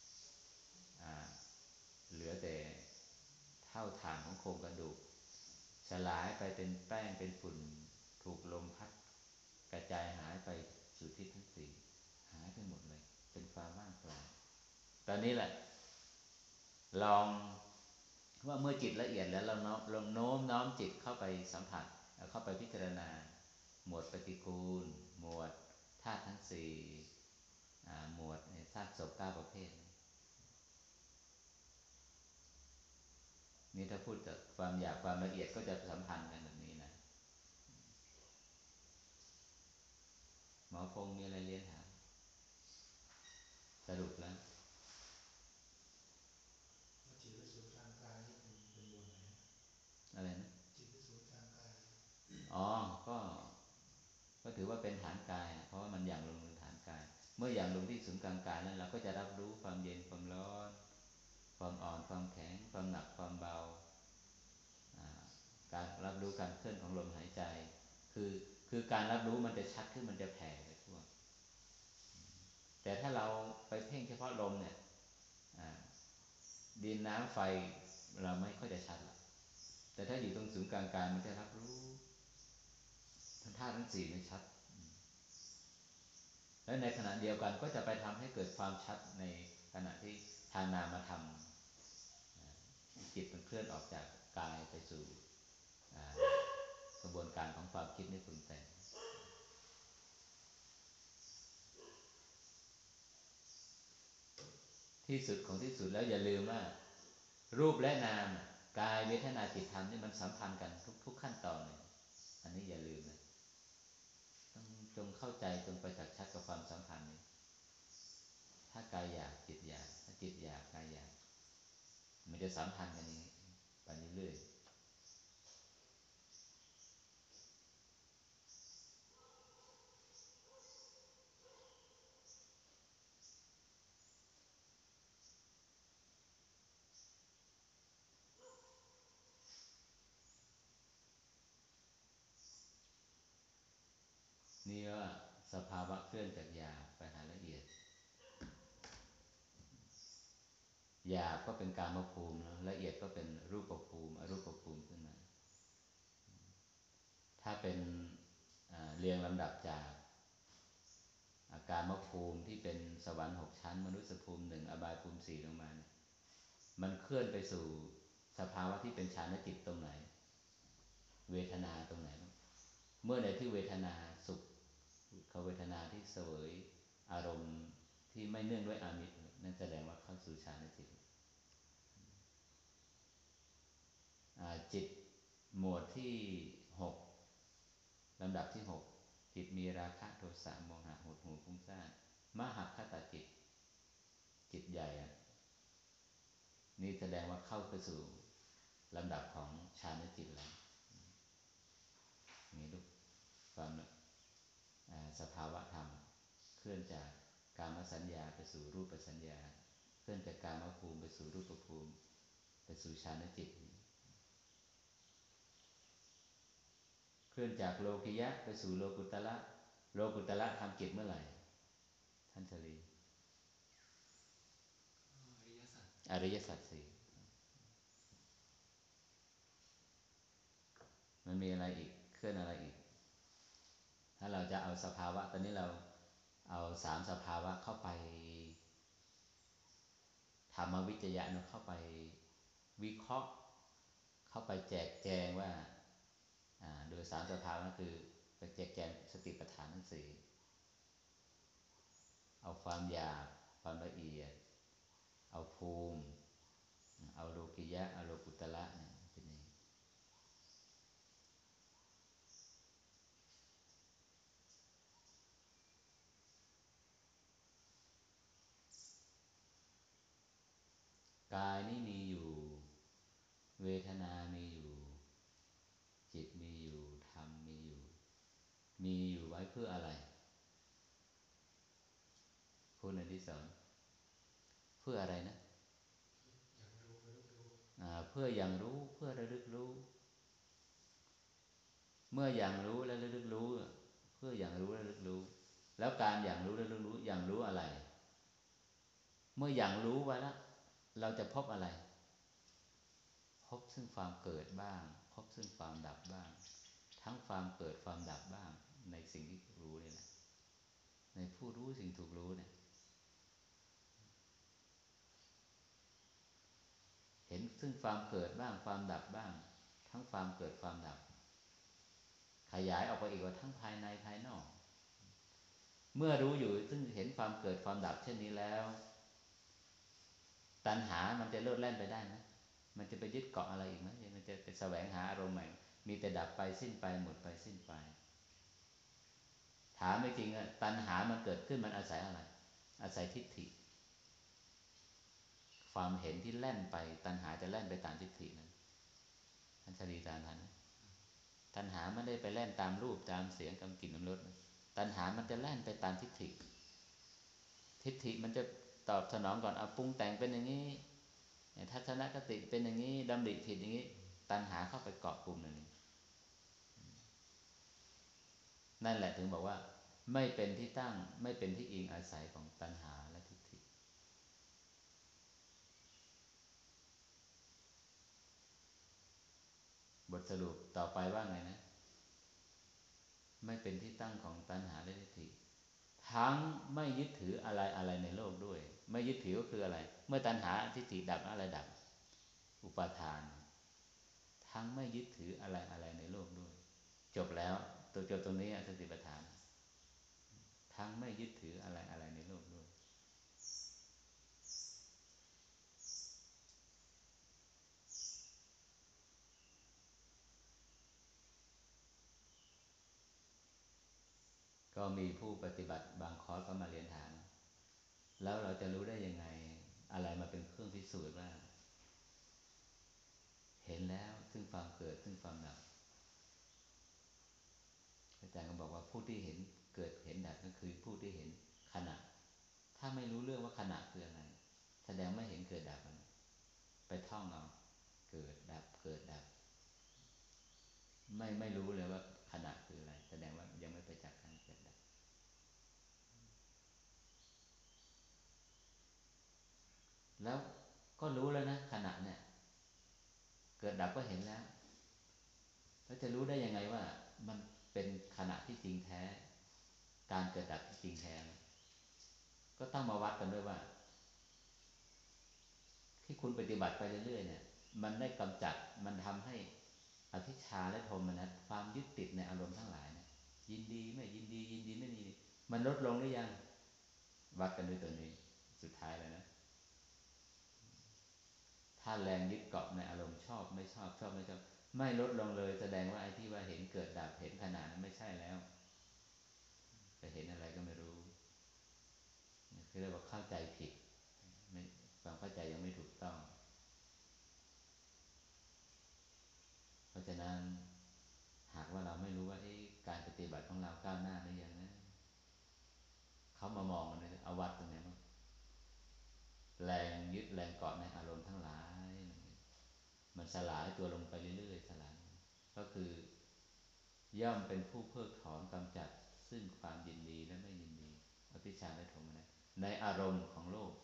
เหลือแต่เท่าฐานของโครงกระดูกสลายไปเป็นแป้งเป็นฝุ่นถูกลมพัดกระจายหายไปสู่ทิศทั้งสี่หายไปหมดเลยเป็นความว่างเปล่าตอนนี้แหละลองว่าเมื่อจิตละเอียดแล้วเราน้อมลงโน้มน้อมจิตเข้าไปสัมผัสเข้าไปพิจารณาหมวดปฏิกูลหมวดธาตุทั้งสี่หมวดซากศพเก้าประเภทนี่ถ้าพูดจากความหยาบความละเอียดก็จะสัมพันธ์กันแบบนี้นะหมอพงษ์มีอะไรเรียนถามสรุปแล้ว
จิตวิสุทธิกลางกายนี่เป็นเป็นมวลไหน
อะไรนะ
จิตวิสุทธิกลางกาย
อ๋อก็ก็ถือว่าเป็นฐานกายเพราะว่ามันอย่างลงในฐานกายเมื่ออย่างลงที่ศูนย์กลางกายนั้นเราก็จะรับรู้ความเย็นความร้อนความอ่อนความแข็งความหนักความเบาการรับรู้การเคลื่อนของลมหายใจคือคือการรับรู้มันจะชัดขึ้นมันจะแผ่ไปทั่วแต่ถ้าเราไปเพ่งเฉพาะลมเนี่ยดินน้ำไฟเราไม่ค่อยจะชัดหรอกแต่ถ้าอยู่ตรงศูนย์กลางกายมันจะรับรู้ทั้งธาตุทั้งสี่นี่ชัดและในขณะเดียวกันก็จะไปทำให้เกิดความชัดในขณะที่ทางนามธรรมจิตมันเคลื่อนออกจากกายไปสู่กระบวนการของความคิดนึกปรุงแต่งที่สุดของที่สุดแล้วอย่าลืมว่ารูปและนามกายเวทนาจิตธรรมนี่มันสัมพันธ์กันทุกๆขั้นตอนเลยอันนี้อย่าลืมนะต้องจงเข้าใจจงประจักษ์ชัดกับความสัมพันธ์นี้ถ้ากายอยากจิตอยากถ้าจิตอยากกายอยากมันจะสัมพันธ์กันอย่างนี้ไปเรื่อยๆนี่ว่าสภาวะเคลื่อนจากหยาบไปหาละเอียดหยาบก็เป็นกามภูมิละเอียดก็เป็นรูปภูมิอรูปภูมิขึ้นมาถ้าเป็นเรียงลำดับจากอาการมภูมิที่เป็นสวรรค์หกชั้นมนุษยภูมิหนึ่งอบายภูมิสี่ลงมาเนี่ยมันเคลื่อนไปสู่สภาวะที่เป็นฌานจิตตรงไหนเวทนาตรงไหนเมื่อใดที่เวทนาสุขเขาเวทนาที่เสวยอารมณ์ที่ไม่เนื่องด้วยอามิตรนั่นแสดงว่าเข้าสู่ฌานจิตจิตหมวดที่หกลำดับที่หกจิตมีราคะโทสะโมหะหดหู่ฟุ้งซ่านมหคตจิตจิตใหญ่นี่แสดงว่าเข้าไปสู่ลำดับของฌานจิตแล้วนี่ลูกความสภาวะธรรมเคลื่อนจากกามสัญญาไปสู่รูปสัญญาเคลื่อนจากกามภูมิไปสู่รูปภูมิไปสู่ฌานจิตเคลื่อนจากโลกิยะไปสู่โลกุตระโลกุตระทำกิจเมื่อไหร่ท่านชลี
อริยสัจ
อริยสัจสี่มันมีอะไรอีกเคลื่อนอะไรอีกถ้าเราจะเอาสภาวะตอนนี้เราเอาสามสภาวะเข้าไปธรรมวิจยะเข้าไปวิเคราะห์เข้าไปแจกแจงว่าโดยสามสภาวะนั้นคือไปแจกแจงสติปัฏฐานทั้งสี่เอาความหยาบความละเอียดเอาภูมิเอาโลกิยะเอาโลกุตระเนี่ยเป็นอย่างนี้กายนี้มีอยู่เวทนามีอยู่จิตมีอยู่ธรรมมีอยู่มีอยู่ไว้เพื่ออะไรพูดในที่สองเพื่ออะไรนะ
อย่างรู้ระลึกรู้
เพื่ออย่างรู้เพื่อระลึกรู้เมื่ออย่างรู้และระลึกรู้เพื่ออย่างรู้และระลึกรู้แล้วการอย่างรู้และระลึกรู้อย่างรู้อะไรเมื่ออย่างรู้ไว้แล้วเราจะพบอะไรพบซึ่งความเกิดบ้างพบซึ่งความดับบ้างทั้งความเกิดความดับบ้างในสิ่งที่รู้นี่แหละในผู้รู้สิ่งถูกรู้เนี่ยเห็นซึ่งความเกิดบ้างความดับบ้างทั้งความเกิดความดับขยายออกไปอีกว่าทั้งภายในภายนอกเมื่อรู้อยู่ซึ่งเห็นความเกิดความดับเช่นนี้แล้วตัณหามันจะเลิดแล่นไปได้ไหมมันจะไปยึดเกาะอะไรอีกไหมมันจะไปแสวงหาอารมณ์ใหม่มีแต่ดับไปสิ้นไปหมดไปสิ้นไปถามไม่จริงอะตัณหามันเกิดขึ้นมันอาศัยอะไรอาศัยทิฏฐิความเห็นที่แล่นไปตัณหาจะแล่นไปตามทิฏฐินั้นท่านชลีตามทันตัณหาไม่ได้ไปแล่นตามรูปตามเสียงตามกลิ่นตามรสตัณหามันจะแล่นไปตามทิฏฐิทิฏฐิมันจะตอบสนองก่อนเอาปรุงแต่งเป็นอย่างนี้ทัศนคติเป็นอย่างนี้ดำริผิดอย่างนี้ตัณหาเข้าไปเกาะกลุ่มหนึ่งนั่นแหละถึงบอกว่าไม่เป็นที่ตั้งไม่เป็นที่อิงอาศัยของตัณหาและทิฏฐิบทสรุปต่อไปว่าไงนะไม่เป็นที่ตั้งของตัณหาและทิฏฐิทั้งไม่ยึดถืออะไรอะไรในโลกด้วยไม่ยึดถือก็คืออะไรเมื่อตัณหาทิฏฐิดับอะไรดับอุปาทานทั้งไม่ยึดถืออะไรอะไรในโลกด้วยจบแล้วตัวจบตรงนี้สติปัฏฐานทั้งไม่ยึดถืออะไรอะไรในโลกด้วยก็มีผู้ปฏิบัติบางคอร์สก็มาเรียนถามแล้วเราจะรู้ได้ยังไงอะไรมาเป็นเครื่องพิสูจน์ว่าเห็นแล้วซึ่งความเกิดซึ่งความดับอาจารย์ก็บอกว่าผู้ที่เห็นเกิดเห็นดับก็คือผู้ที่เห็นขณะถ้าไม่รู้เรื่องว่าขณะคืออะไรแสดงไม่เห็นเกิดดับมันไปท่องเอาเกิดดับเกิดดับไม่ไม่รู้เลยว่าขณะคืออะไรแสดงว่ายังไม่ไปจักการเกิดดับแล้วก็รู้แล้วนะขณะเนี่ยเกิดดับก็เห็นแล้วแล้วจะรู้ได้ยังไงว่ามันเป็นขณะที่จริงแท้การเกิดดับที่จริงแท้ก็ต้องมาวัดกันด้วยว่าที่คุณปฏิบัติไปเรื่อยๆเนี่ยมันได้กำจัดมันทำให้อภิชาและโทมนัสความยึดติดในอารมณ์ทั้งหลายเนี่ยยินดีไม่ยินดียินดีไม่ยินดีมันลดลงหรือยังวัดกันด้วยตัวนี้สุดท้ายแล้วนะถ้าแรงยึดเกาะในอารมณ์ชอบไม่ชอบชอบไม่ชอบไม่ลดลงเลยแสดงว่าไอ้ที่ว่าเห็นเกิดดับเห็นขนาดนั้นไม่ใช่แล้วไปเห็นอะไรก็ไม่รู้คือเรียกว่าเข้าใจผิดไม่ความเข้าใจยังไม่ถูกต้องเพราะฉะนั้นหากว่าเราไม่รู้ว่าการปฏิบัติของเราก้าวหน้าหรือยังนะเขามามองกันเลยเอาวัดตรงไหนมั้งแรงยึดแรงเกาะในอารมณ์ทั้งหลายมันสลายตัวลงไปเรื่อยๆสลายก็คือย่อมเป็นผู้เพิกถอนกำจัดซึ่งความยินดีและไม่ยินดีอภิชาและโทมนัสในอารมณ์ของโลก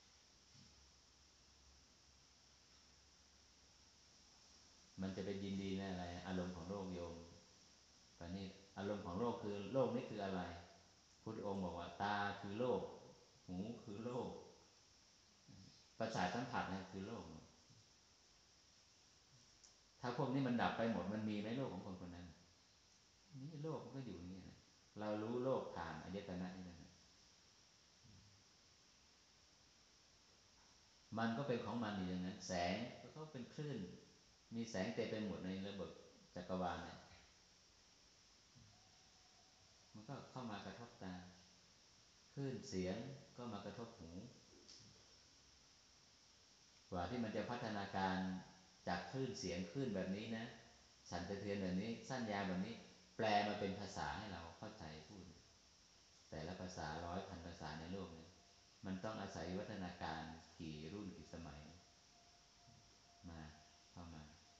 มันจะเป็นยินดีในอะไรอารมณ์ของโลกโยมตอนนี้อารมณ์ของโลกคือโลกนี้คืออะไรพุทธองค์บอกว่าตาคือโลกหูคือโลกประสาทสัมผัสนี่คือโลกถ้าพวกนี้มันดับไปหมดมันมีไหมโลกของคนคนนั้นนี่โลกมันก็อยู่อย่างนี้นะเรารู้โลกผ่านอายตนะนี่นะมันก็เป็นของมันอยู่อย่างนั้นแสงก็เป็นคลื่นมีแสงเต็มไปหมดในระบบจักรวาลเนี่ยมันก็เข้ามากระทบตาคลื่นเสียงก็มากระทบหูกว่าที่มันจะพัฒนาการจากคลื่นเสียงคลื่นแบบนี้นะสั่นสะเทือนแบบนี้สั้นยาวแบบนี้แปลมาเป็นภาษาให้เราเข้าใจพูดแต่ละภาษาร้อยพันภาษาในโลกนี้มันต้องอาศัยวัฒนาการกี่รุ่นกี่สมัยมาเข้ามา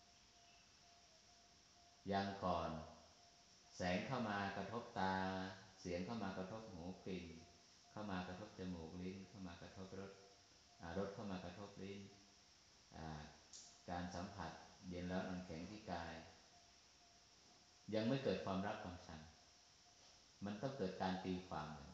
ยังก่อนแสงเข้ามากระทบตาเสียงเข้ามากระทบหูกลิ่นเข้ามากระทบจมูกลิ้นเข้ามากระทบรสรสเข้ามากระทบลิ้นการสัมผัสเย็นแล้วอ่อนแข็งที่กายยังไม่เกิดความรักความชังมันต้องเกิดการตีความเลย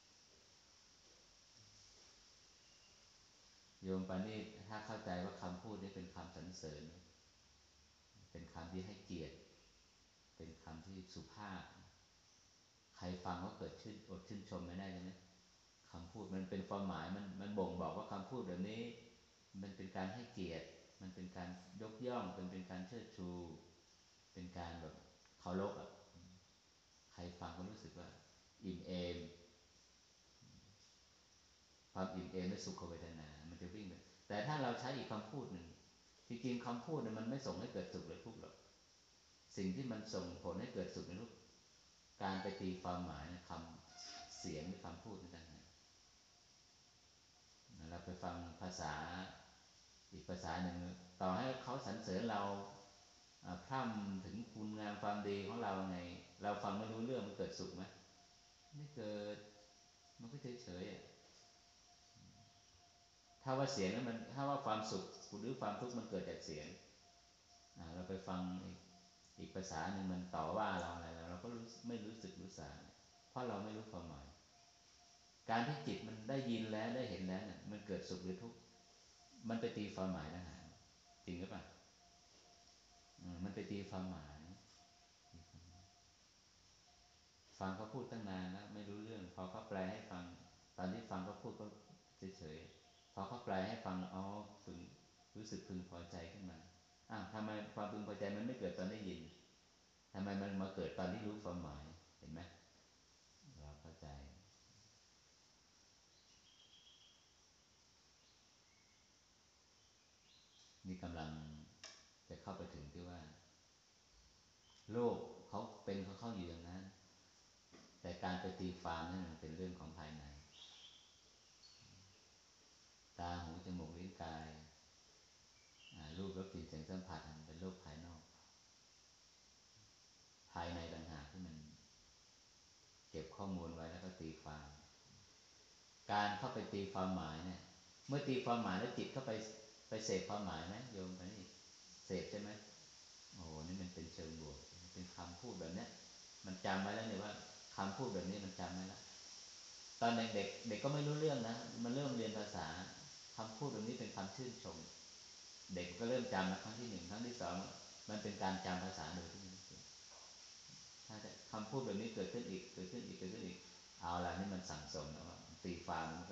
โยมปานีถ้าเข้าใจว่าคำพูดนี้เป็นคำสรรเสริญเป็นคำที่ให้เกียรติเป็นคำที่สุภาพใครฟังก็เกิดชื่นอดชื่นชมไม่ได้ใช่ไหมคำพูดมันเป็นความหมายมันมันบ่งบอกว่าคำพูดแบบนี้มันเป็นการให้เกียรติมันเป็นการยกย่องเป็นเป็นการเชิดชูเป็นการแบบเคารพอ่ะใครฟังก็รู้สึกว่าอิ่มเอมความอิ่มเอมและสุขเวทนามันจะวิ่งไปแต่ถ้าเราใช้อีกคำพูดหนึ่งจริงๆคำพูดเนี่ยมันไม่ส่งให้เกิดสุขหรือทุกข์หรอกสิ่งที่มันส่งผลให้เกิดสุขหรือทุกข์การไปตีความหมายคำเสียงหรือคำพูดนี่ต่างหากเราไปฟังภาษาอีกภาษาหนึ่งต่อให้เขาสรรเสริญเราพร่ำถึงคุณงามความดีของเราไงเราฟังไม่รู้เรื่องมันเกิดสุขไหมไม่เกิดมันก็เฉยๆถ้าว่าเสียงนั้นมันถ้าว่าความสุขหรือความทุกข์มันเกิดจากเสียงเราไปฟังอีกอีกภาษาหนึ่งมันต่อว่าเราอะไรเราก็รู้ไม่รู้สึกรู้สาเพราะเราไม่รู้ความหมายการที่จิตมันได้ยินแล้วได้เห็นแล้วเนี่ยมันเกิดสุขหรือทุกข์มันไปตีความหมายนะฮะจริงหรือเปล่ามันไปตีความหมายฟังเขาพูดตั้งนานแล้วไม่รู้เรื่องพอเขาแปลให้ฟังตอนที่ฟังเขาพูดก็เฉยๆพอเขาแปลให้ฟังอ๋อพึงรู้สึกพึงพอใจขึ้นมาอ้าวทำไมความพึงพอใจมันไม่เกิดตอนได้ยินทำไมมันมาเกิดตอนที่รู้ความหมายเห็นไหมเราเข้าใจนี่กำลังจะเข้าไปถึงที่ว่าโลกเขาเป็นเขาเข้าอยู่อย่างนั้นแต่การไปตีความนั่นมันเป็นเรื่องของภายในตาหูจมูกลิ้นกายรูปรสกลิ่นเสียงสัมผัสมันเป็นโลกภายนอกภายในต่างหากที่มันเก็บข้อมูลไว้แล้วก็ตีความการเข้าไปตีความหมายเนี่ยเมื่อตีความหมายแล้วจิตเข้าไปไปเสพความหมายไหมโยมไปนี่เสพใช่ไหมโอ้นี่มันเป็นเชิงบวกเป็นคำพูดแบบเนี้ยมันจำไว้แล้วเนี่ยว่าคำพูดแบบนี้มันจำไว้แล้วตอนเด็กเด็กเด็กก็ไม่รู้เรื่องนะมันเริ่มเรียนภาษาคำพูดแบบนี้เป็นคำชื่นชมเด็กก็เริ่มจำนะครั้งที่หนึ่งครั้งที่สองมันเป็นการจำภาษาโดยที่ไม่รู้ตัวถ้าคำพูดแบบนี้เกิดขึ้นอีกเกิดขึ้นอีกเกิดขึ้นอีกเอาละนี่มันสั่งสมแล้วว่าตีความ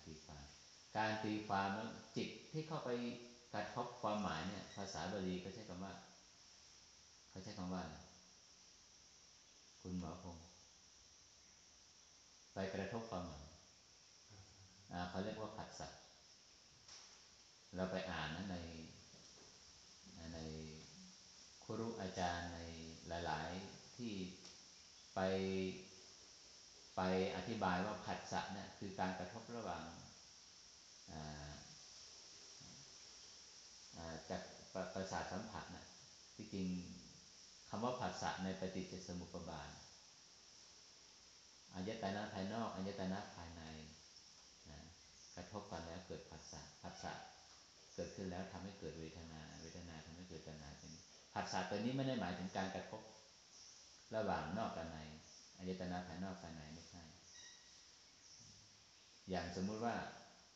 ตีความ การตีความแล้วจิตที่เข้าไปกระทบความหมายเนี่ยภาษาบาลีเขาใช้คำว่าเขาใช้คำว่าอะไรคุณหมอพงศ์ไปกระทบความหมายเขาเรียกว่าผัสสะเราไปอ่านนะในในครูอาจารย์ในหลายๆที่ไปไปอธิบายว่าผัสสะเนี่ยคือการกระทบระหว่างจากประสาทสัมผัสนะที่จริงคำว่าผัสสะในปฏิจจสมุปบาทอายตนะภายนอกอายตนะภายในนะกระทบกันแล้วเกิดผัสสะผัสสะเกิดขึ้นแล้วทำให้เกิดเวทนาเวทนาทำให้เกิดตัณหาเป็นผัสสะตัวนี้ไม่ได้หมายถึงการกระทบระหว่างนอกกับในอายตนะภายนอกภายในไม่ใช่อย่างสมมุติว่า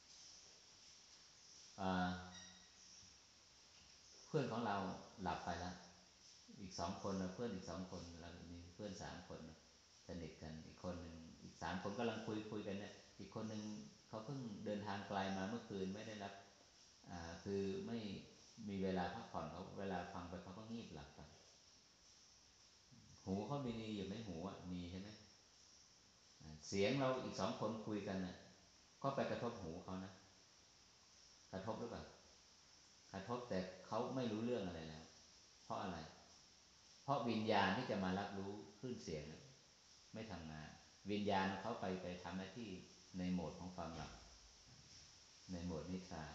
เพื่อนของเราหลับไปแล้วอีกสองคนเพื่อนอีกสองคนเรามีเพื่อนสามคนสนิทกันอีกคนหนึ่งอีกสามคนกำลังคุยคุยกันเนี่ยอีกคนหนึ่งเขาเพิ่งเดินทางไกลมาเมื่อคืนไม่ได้รับคือไม่มีเวลาพักผ่อนเขาเวลาฟังไปเขาก็งีบหลับไปหูเขามีอยู่ไหมหูอ่ะมีใช่ไหมเสียงเราอีกสองคนคุยกันน่ะก็ไปกระทบหูเขานะกระทบหรือเปล่ากระทบแต่เขาไม่รู้เรื่องอะไรแล้วเพราะอะไรเพราะวิญญาณที่จะมารับรู้คลื่นเสียงไม่ทำงานวิญญาณเขาไปไปทำหน้าที่ในโหมดของความหลับในโหมดนิทรา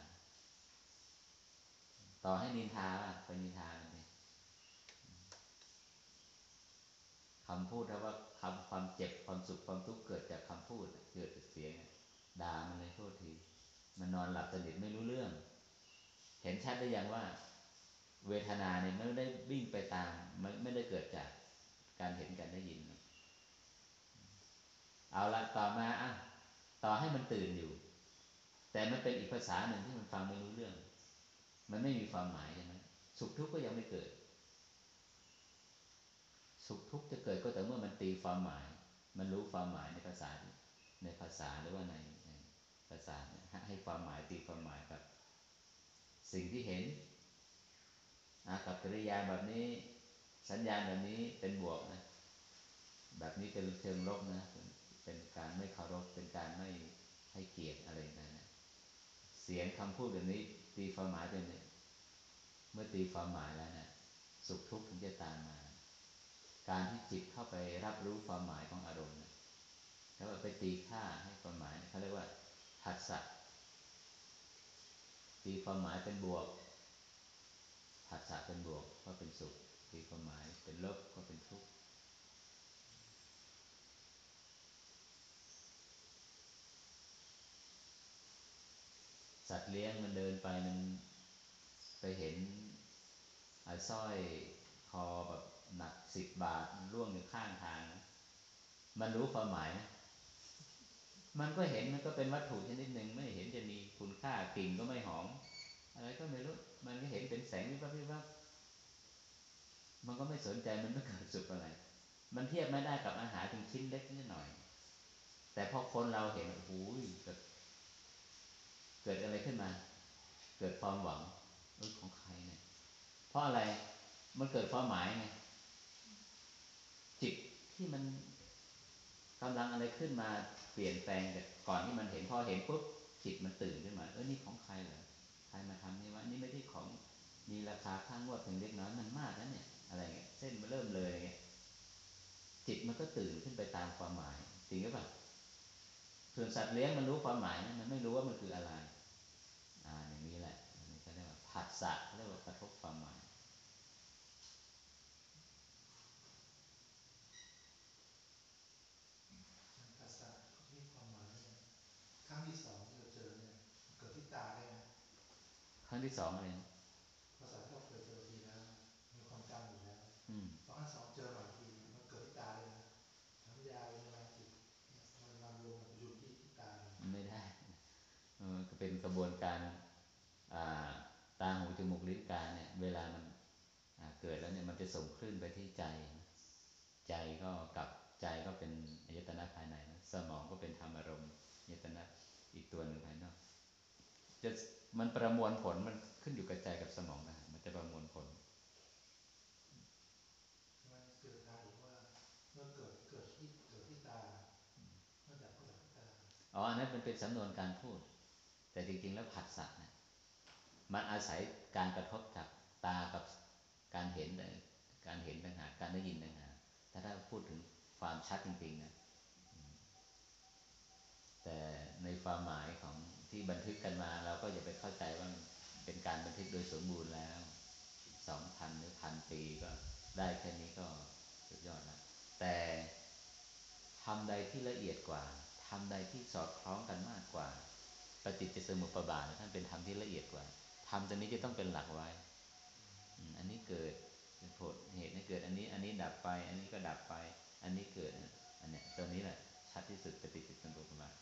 ต่อให้นินทาไปนินทาเลยคำพูดถ้าว่าคำความเจ็บความสุขความทุกข์เกิดจากคำพูดเกิดจากเสียงด่ามันเลยโทษทีมันนอนหลับสนิทไม่รู้เรื่องเห็นชัดได้ยังว่าเวทนาเนี่ยไม่ได้วิ่งไปตามไม่ไม่ได้เกิดจากการเห็นการได้ยินเอาละต่อมาอ่ะต่อให้มันตื่นอยู่แต่มันเป็นอีกภาษาหนึ่งที่มันฟังไม่รู้เรื่องมันไม่มีความหมายใช่ไหมสุขทุกข์ก็ยังไม่เกิดสุขทุกข์จะเกิดก็แต่เมื่อมันตีความหมายมันรู้ความหมายในภาษาในภาษาหรือว่าในภาษาให้ความหมายตีความหมายกับสิ่งที่เห็นกับกริยาแบบนี้สัญญาณแบบนี้เป็นบวกนะแบบนี้เป็นเชิงลบนะเป็นการไม่เคารพเป็นการไม่ให้เกียรติอะไรนั่นนะเสียงคำพูดแบบนี้ตีความหมายเป็นเนี่ยเมื่อตีความหมายแล้วนะสุขทุกข์ถึงจะตามมาการที่จิตเข้าไปรับรู้ความหมายของอารมณ์แล้วไปตีค่าให้ความหมายเขาเรียกว่าผัสสะตีความหมายเป็นบวกผัสสะเป็นบวกก็เป็นสุขตีความหมายเป็นลบก็เป็นทุกข์สัตว์เลี้ยงมันเดินไปมันไปเห็นสร้อยคอแบบหนักสิบบาทร่วงอยู่ข้างทางมันรู้ความหมายไหมมันก็เห็นมันก็เป็นวัตถุชนิดหนึ่งไม่เห็นจะมีคุณค่ากลิ่นก็ไม่หอมอะไรก็ไม่รู้มันก็เห็นเป็นแสงวิบวับวิบวับมันก็ไม่สนใจมันไม่เกิดสุขอะไรมันเทียบไม่ได้กับอาหารเป็นชิ้นเล็กนิดหน่อยแต่พอคนเราเห็นโอ้โหเกิดเกิดอะไรขึ้นมาเกิดความหวังเออของใครเนี่ยเพราะอะไรมันเกิดความหมายไงจิตที่มันกำลังอะไรขึ้นมาเปลี่ยนแปลงจากก่อนที่มันเห็นพอเห็นปุ๊บจิตมันตื่นขึ้นมาเออนี่ของใครเหรอใครมาทำนี่วะนี่ไม่ใช่ของมีราคาข้างงวดเพียงเล็กน้อยมันมากนะเนี่ยอะไรเงี้ยเส้นมันเริ่มเลยเงี้ยจิตมันก็ตื่นขึ้นไปตามความหมายจริงหรือเปล่าส่วนสัตว์เลี้ยงมันรู้ความหมายนะมันไม่รู้ว่ามันคืออะไรอ่าอย่างนี้แหละอันนี้ก็เรียกว่าผัสสะเรียกว่ากระทบความหมาย
ภาษามีความหมายเนี่ยครั้งที่สองที่เราเจอเนี่ยเกิดที่ตาได้ไหม
ครั้งที่สองอะไรนะ
ภาษาที่เราเคยเจอทีแล้วมีความจำอยู่แล้วพอครั้งสองเจอใหม่ทีมันเกิดที่ตาได้ไหมสัญญาเวทนาจิตมันมารวมกันประชุมที่ที่ตา
ไม่ได้ก็เป็นกระบวนการตาหูจมูกลิ้นกายเนี่ยเวลามันเกิดแล้วเนี่ยมันจะส่งคลื่นไปที่ใจใจก็กับใจก็เป็นอายตนะภายในสมองก็เป็นธรรมอารมณ์อายตนะอีกตัวหนึ่งภายนอกจะมันประมวลผลมันขึ้นอยู่กับใจกับสมองนะมันจะประมวลผล
มันเกิดการบอกว่าเมื่อเกิดเกิดที่เกิดที่ตาเมื่อดับก็ดับที่ตา
อ๋ออันนั้นมันเป็นสำนวนการพูดแต่จริงๆแล้วผัสสะนะมันอาศัยการกระทบจากตากับการเห็นการเห็นต่างหากการได้ยินต่างหากถ้าถ้าพูดถึงความชัดจริงๆนะแต่ในความหมายของที่บันทึกกันมาเราก็อย่าไปเข้าใจว่าเป็นการบันทึกโดยสมบูรณ์แล้วสองพันหรือพันปีก็ได้แค่นี้ก็สุดยอดแล้วแต่ทำใดที่ละเอียดกว่าทำใดที่สอดคล้องกันมากกว่าปฏิจจสมุปบาทท่านเป็นธรรมที่ละเอียดกว่าธรรมตัวนี้จะต้องเป็นหลักไว้อันนี้เกิดเป็นผลเหตุให้เกิดอันนี้อันนี้ดับไปอันนี้ก็ดับไปอันนี้เกิดอันเนี้ยตัวนี้แหละชัดที่สุดปฏิจจสมุปบาท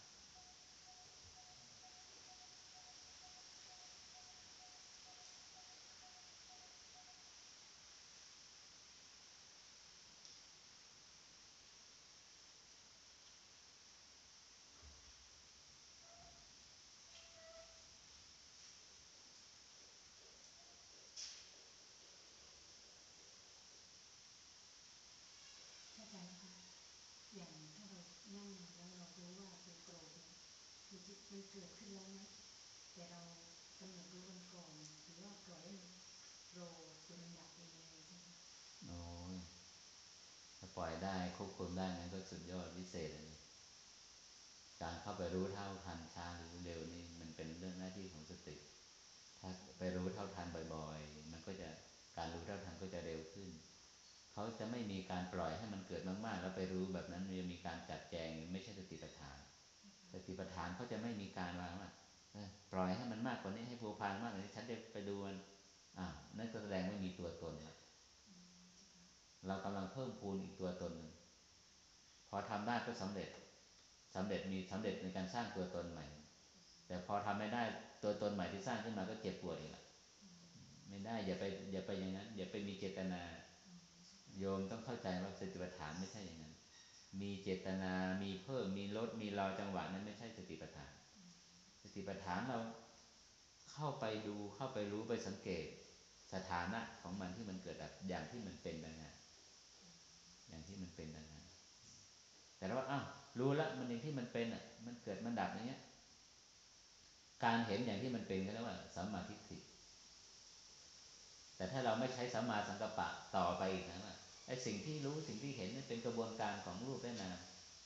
อาจารย์คะอย่างถ้าเรานั่งแล้วเรารู้ว่าเป็นโกรธมันจิตมันเกิดขึ้นแล้วนะแต่เรากำหนดรู้มันก่อนหรือว่าปล่อยให้มันโกรธจนมันดับเองเลยใช่ไหม
โอ้ยถ้าปล่อยได้ควบคุมได้งั้นก็สุดยอดวิเศษเลยการเข้าไปรู้เท่าทันช้าหรือเร็วนี่มันเป็นเรื่องหน้าที่ของสติถ้าไปรู้เท่าทันบ่อยๆมันก็จะการรู้เท่าทันก็จะเร็วขึ้นเขาจะไม่มีการปล่อยให้มันเกิดมากๆแล้วไปรู้แบบนั้นมันจะมีการจัดแจงไม่ใช่สติปัฏฐานสติปัฏฐานเขาจะไม่มีการวางว่าปล่อยให้มันมากกว่านี้ให้ภูพานมากกว่านี้ฉันจะไปดูมันอ่านั่นก็แสดงว่ามีตัวตนแล้วเรากำลังเพิ่มพูนอีกตัวตนหนึ่งพอทำได้ก็สำเร็จสำเร็จมีสำเร็จในการสร้างตัวตนใหม่แต่พอทำไม่ได้ตัวตนใหม่ที่สร้างขึ้นมาก็เจ็บปวดอีกละไม่ได้อย่าไปอย่าไปอย่างนั้นอย่าไปมีเจตนาโยมต้องเข้าใจว่าสติปัฏฐานไม่ใช่อย่างนั้นมีเจตนามีเพิ่มมีลดมีรอจังหวะนั้นไม่ใช่สติปัฏฐานสติปัฏฐานเราเข้าไปดูเข้าไปรู้ไปสังเกตสถานะของมันที่มันเกิดดับอย่างที่มันเป็นดังนั้นอย่างที่มันเป็นดังนั้นแต่ว่าอ้าวรู้แล้วมันอย่างที่มันเป็นอ่ะมันเกิดมันดับอย่างเงี้ยการเห็นอย่างที่มันเป็นก็เรียกว่าสัมมาทิฏฐิแต่ถ้าเราไม่ใช้สัมมาสังกัปปะต่อไปอีกนะว่าไอ้สิ่งที่รู้สิ่งที่เห็นนี่เป็นกระบวนการของรูปและนาม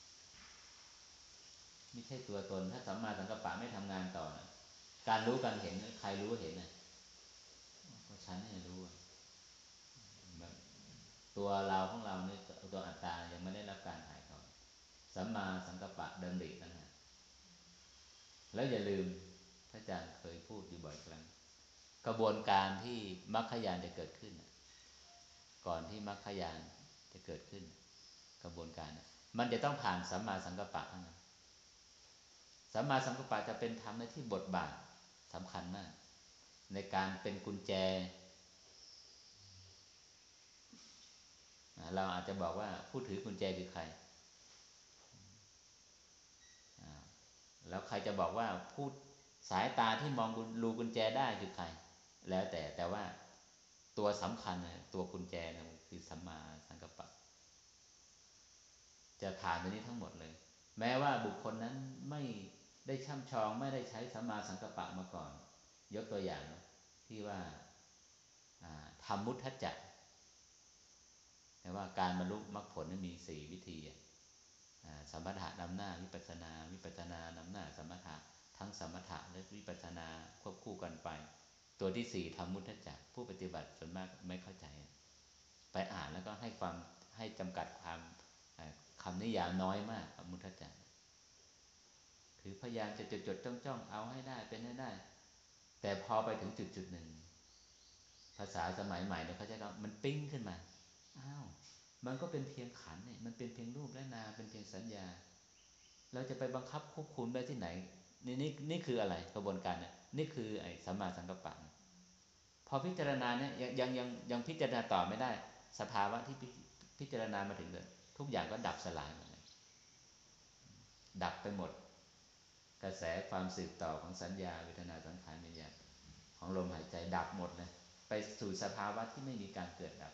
ไม่ใช่ตัวตนถ้าสัมมาสังกัปปะไม่ทำงานต่อนะการรู้การเห็นใครรู้เห็นน่ะก็ฉันเนี่ยรู้แบบตัวเราของเราเนี่ยตัวอัตตายังไม่ได้รับการถ่ายทอดสัมมาสังกัปปะดำรินั่นแหละแล้วอย่าลืมพระอาจารย์เคยพูดอยู่บ่อยครั้งกระบวนการที่มรรคญาณจะเกิดขึ้นก่อนที่มรรคญาณจะเกิดขึ้นกระบวนการมันจะต้องผ่านสัมมาสังกัปปะทั้งนั้นสัมมาสังกัปปะจะเป็นธรรมในที่บทบาทสำคัญมากในการเป็นกุญแจเราอาจจะบอกว่าผู้ถือกุญแจคือใครแล้วใครจะบอกว่าผู้สายตาที่มองรูกุญแจได้คือใครแล้วแต่แต่ว่าตัวสำคัญตัวกุญแจนะคือสัมมาสังกัปปะจะผ่านตัวนี้ทั้งหมดเลยแม้ว่าบุคคลนั้นไม่ได้ช่ำชองไม่ได้ใช้สัมมาสังกัปปะมาก่อนยกตัวอย่างที่ว่าทำมุทธัจจะแต่ว่าการบรรลุมรรคผลนั้นมีสี่วิธีสมถะนำหน้าวิปัสสนาวิปัสสนานำหน้าสมถะทั้งสมถะและวิปัสสนาควบคู่กันไปตัวที่สี่ทำมุทธัจจะผู้ปฏิบัติส่วนมากไม่เข้าใจไปอ่านแล้วก็ให้ความให้จำกัดความคำนิยามน้อยมากมุทธัจจะคือพยายามจะจดจดจ้องจ้องเอาให้ได้เป็นให้ได้แต่พอไปถึงจุดจุดหนึ่งภาษาสมัยใหม่เนี่ยเขาจะก็มันปิ้งขึ้นมาอ้าวมันก็เป็นเพียงขันเนี่ยมันเป็นเพียงรูปและนามเป็นเพียงสัญญาเราจะไปบังคับควบคุมได้ที่ไหนนี่นี่นี่คืออะไรกระบวนการเนี่ยนี่คือไอ้สัมมาสังกัปปะพอพิจารณาเนี่ยยังยังยังพิจารณาต่อไม่ได้สภาวะที่พิจารณามาถึงเลยทุกอย่างก็ดับสลายหมดเลยดับไปหมดกระแสความสืบต่อของสัญญาเวทนาสังขารวิญญาณของลมหายใจดับหมดเลยไปสู่สภาวะที่ไม่มีการเกิดดับ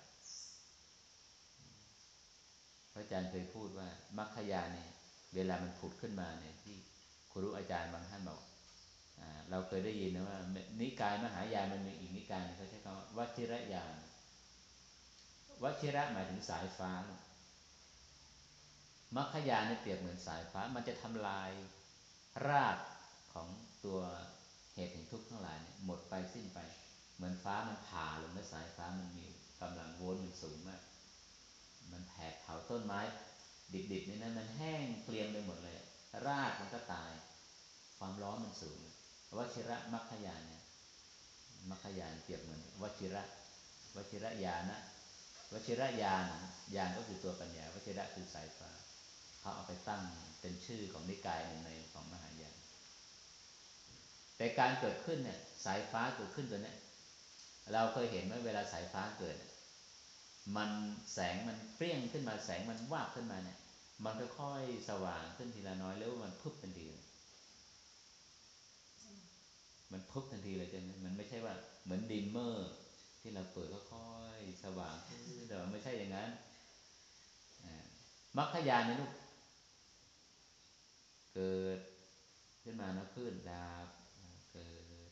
พระอาจารย์เคยพูดว่ามรรคญาณเนี่ยเวลามันผุดขึ้นมาเนี่ยที่ครูอาจารย์บางท่านบอกเราเคยได้ยินนะว่านิกายมหายานมันมีอีกนิกายเขาใช้คำว่าวชิรญาณวชิระหมายถึงสายฟ้ามรรคญาณเนี่ยเปรียบเหมือนสายฟ้ามันจะทำลายรากของตัวเหตุแห่งทุกข์ทั้งหลายเนี่ยหมดไปสิ้นไปเหมือนฟ้ามันผ่าลงและสายฟ้ามันมีกำลังโวลต์มันสูงมากมันแผดเผาต้นไม้ดิบๆนี่นะมันแห้งเกรียมไปหมดเลยรากมันก็ตายความร้อนมันสูงวชิระมรรคญาณเนี่ยมรรคญาณเปรียบเหมือนวชิระวชิระญาณนะวชิระญาณญาณก็คือตัวปัญญาวชิระคือสายฟ้าเขาเอาไปตั้งเป็นชื่อของนิกายหนึ่งในของมหายานแต่การเกิดขึ้นเนี่ยสายฟ้าเกิดขึ้นตัวเนี้ยเราเคยเห็นไหมเวลาสายฟ้าเกิดมันแสงมันเปรี้ยงขึ้นมาแสงมันวาบขึ้นมาเนี่ยมันค่อยๆสว่างขึ้นทีละน้อยแล้วมันพึบทันทีมันพึบทันทีเลยใช่ไหมมันไม่ใช่ว่าเหมือนดิมเมอร์ที่เราเปิดก็ค่อยสว่างขึ้นแต่ไม่ใช่อย่างนั้นมรรคญาณนี่ลูกเกิดขึ้นมานะขึ้นดับเกิด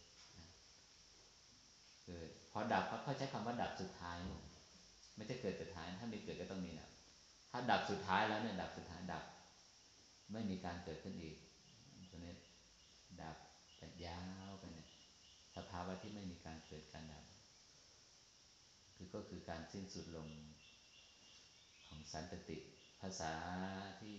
เกิดพอดับเขาใช้คำว่าดับสุดท้ายไม่ใช่เกิดสุดท้ายถ้ามีเกิดก็ต้องมีดับถ้าดับสุดท้ายแล้วเนี่ยดับสุดท้ายดับไม่มีการเกิดขึ้นอีกตัวนี้ดับไปยาวไปเนี่ยสภาวะที่ไม่มีการเกิดการดับคือก็คือการสิ้นสุดลงของสันตติภาษาที่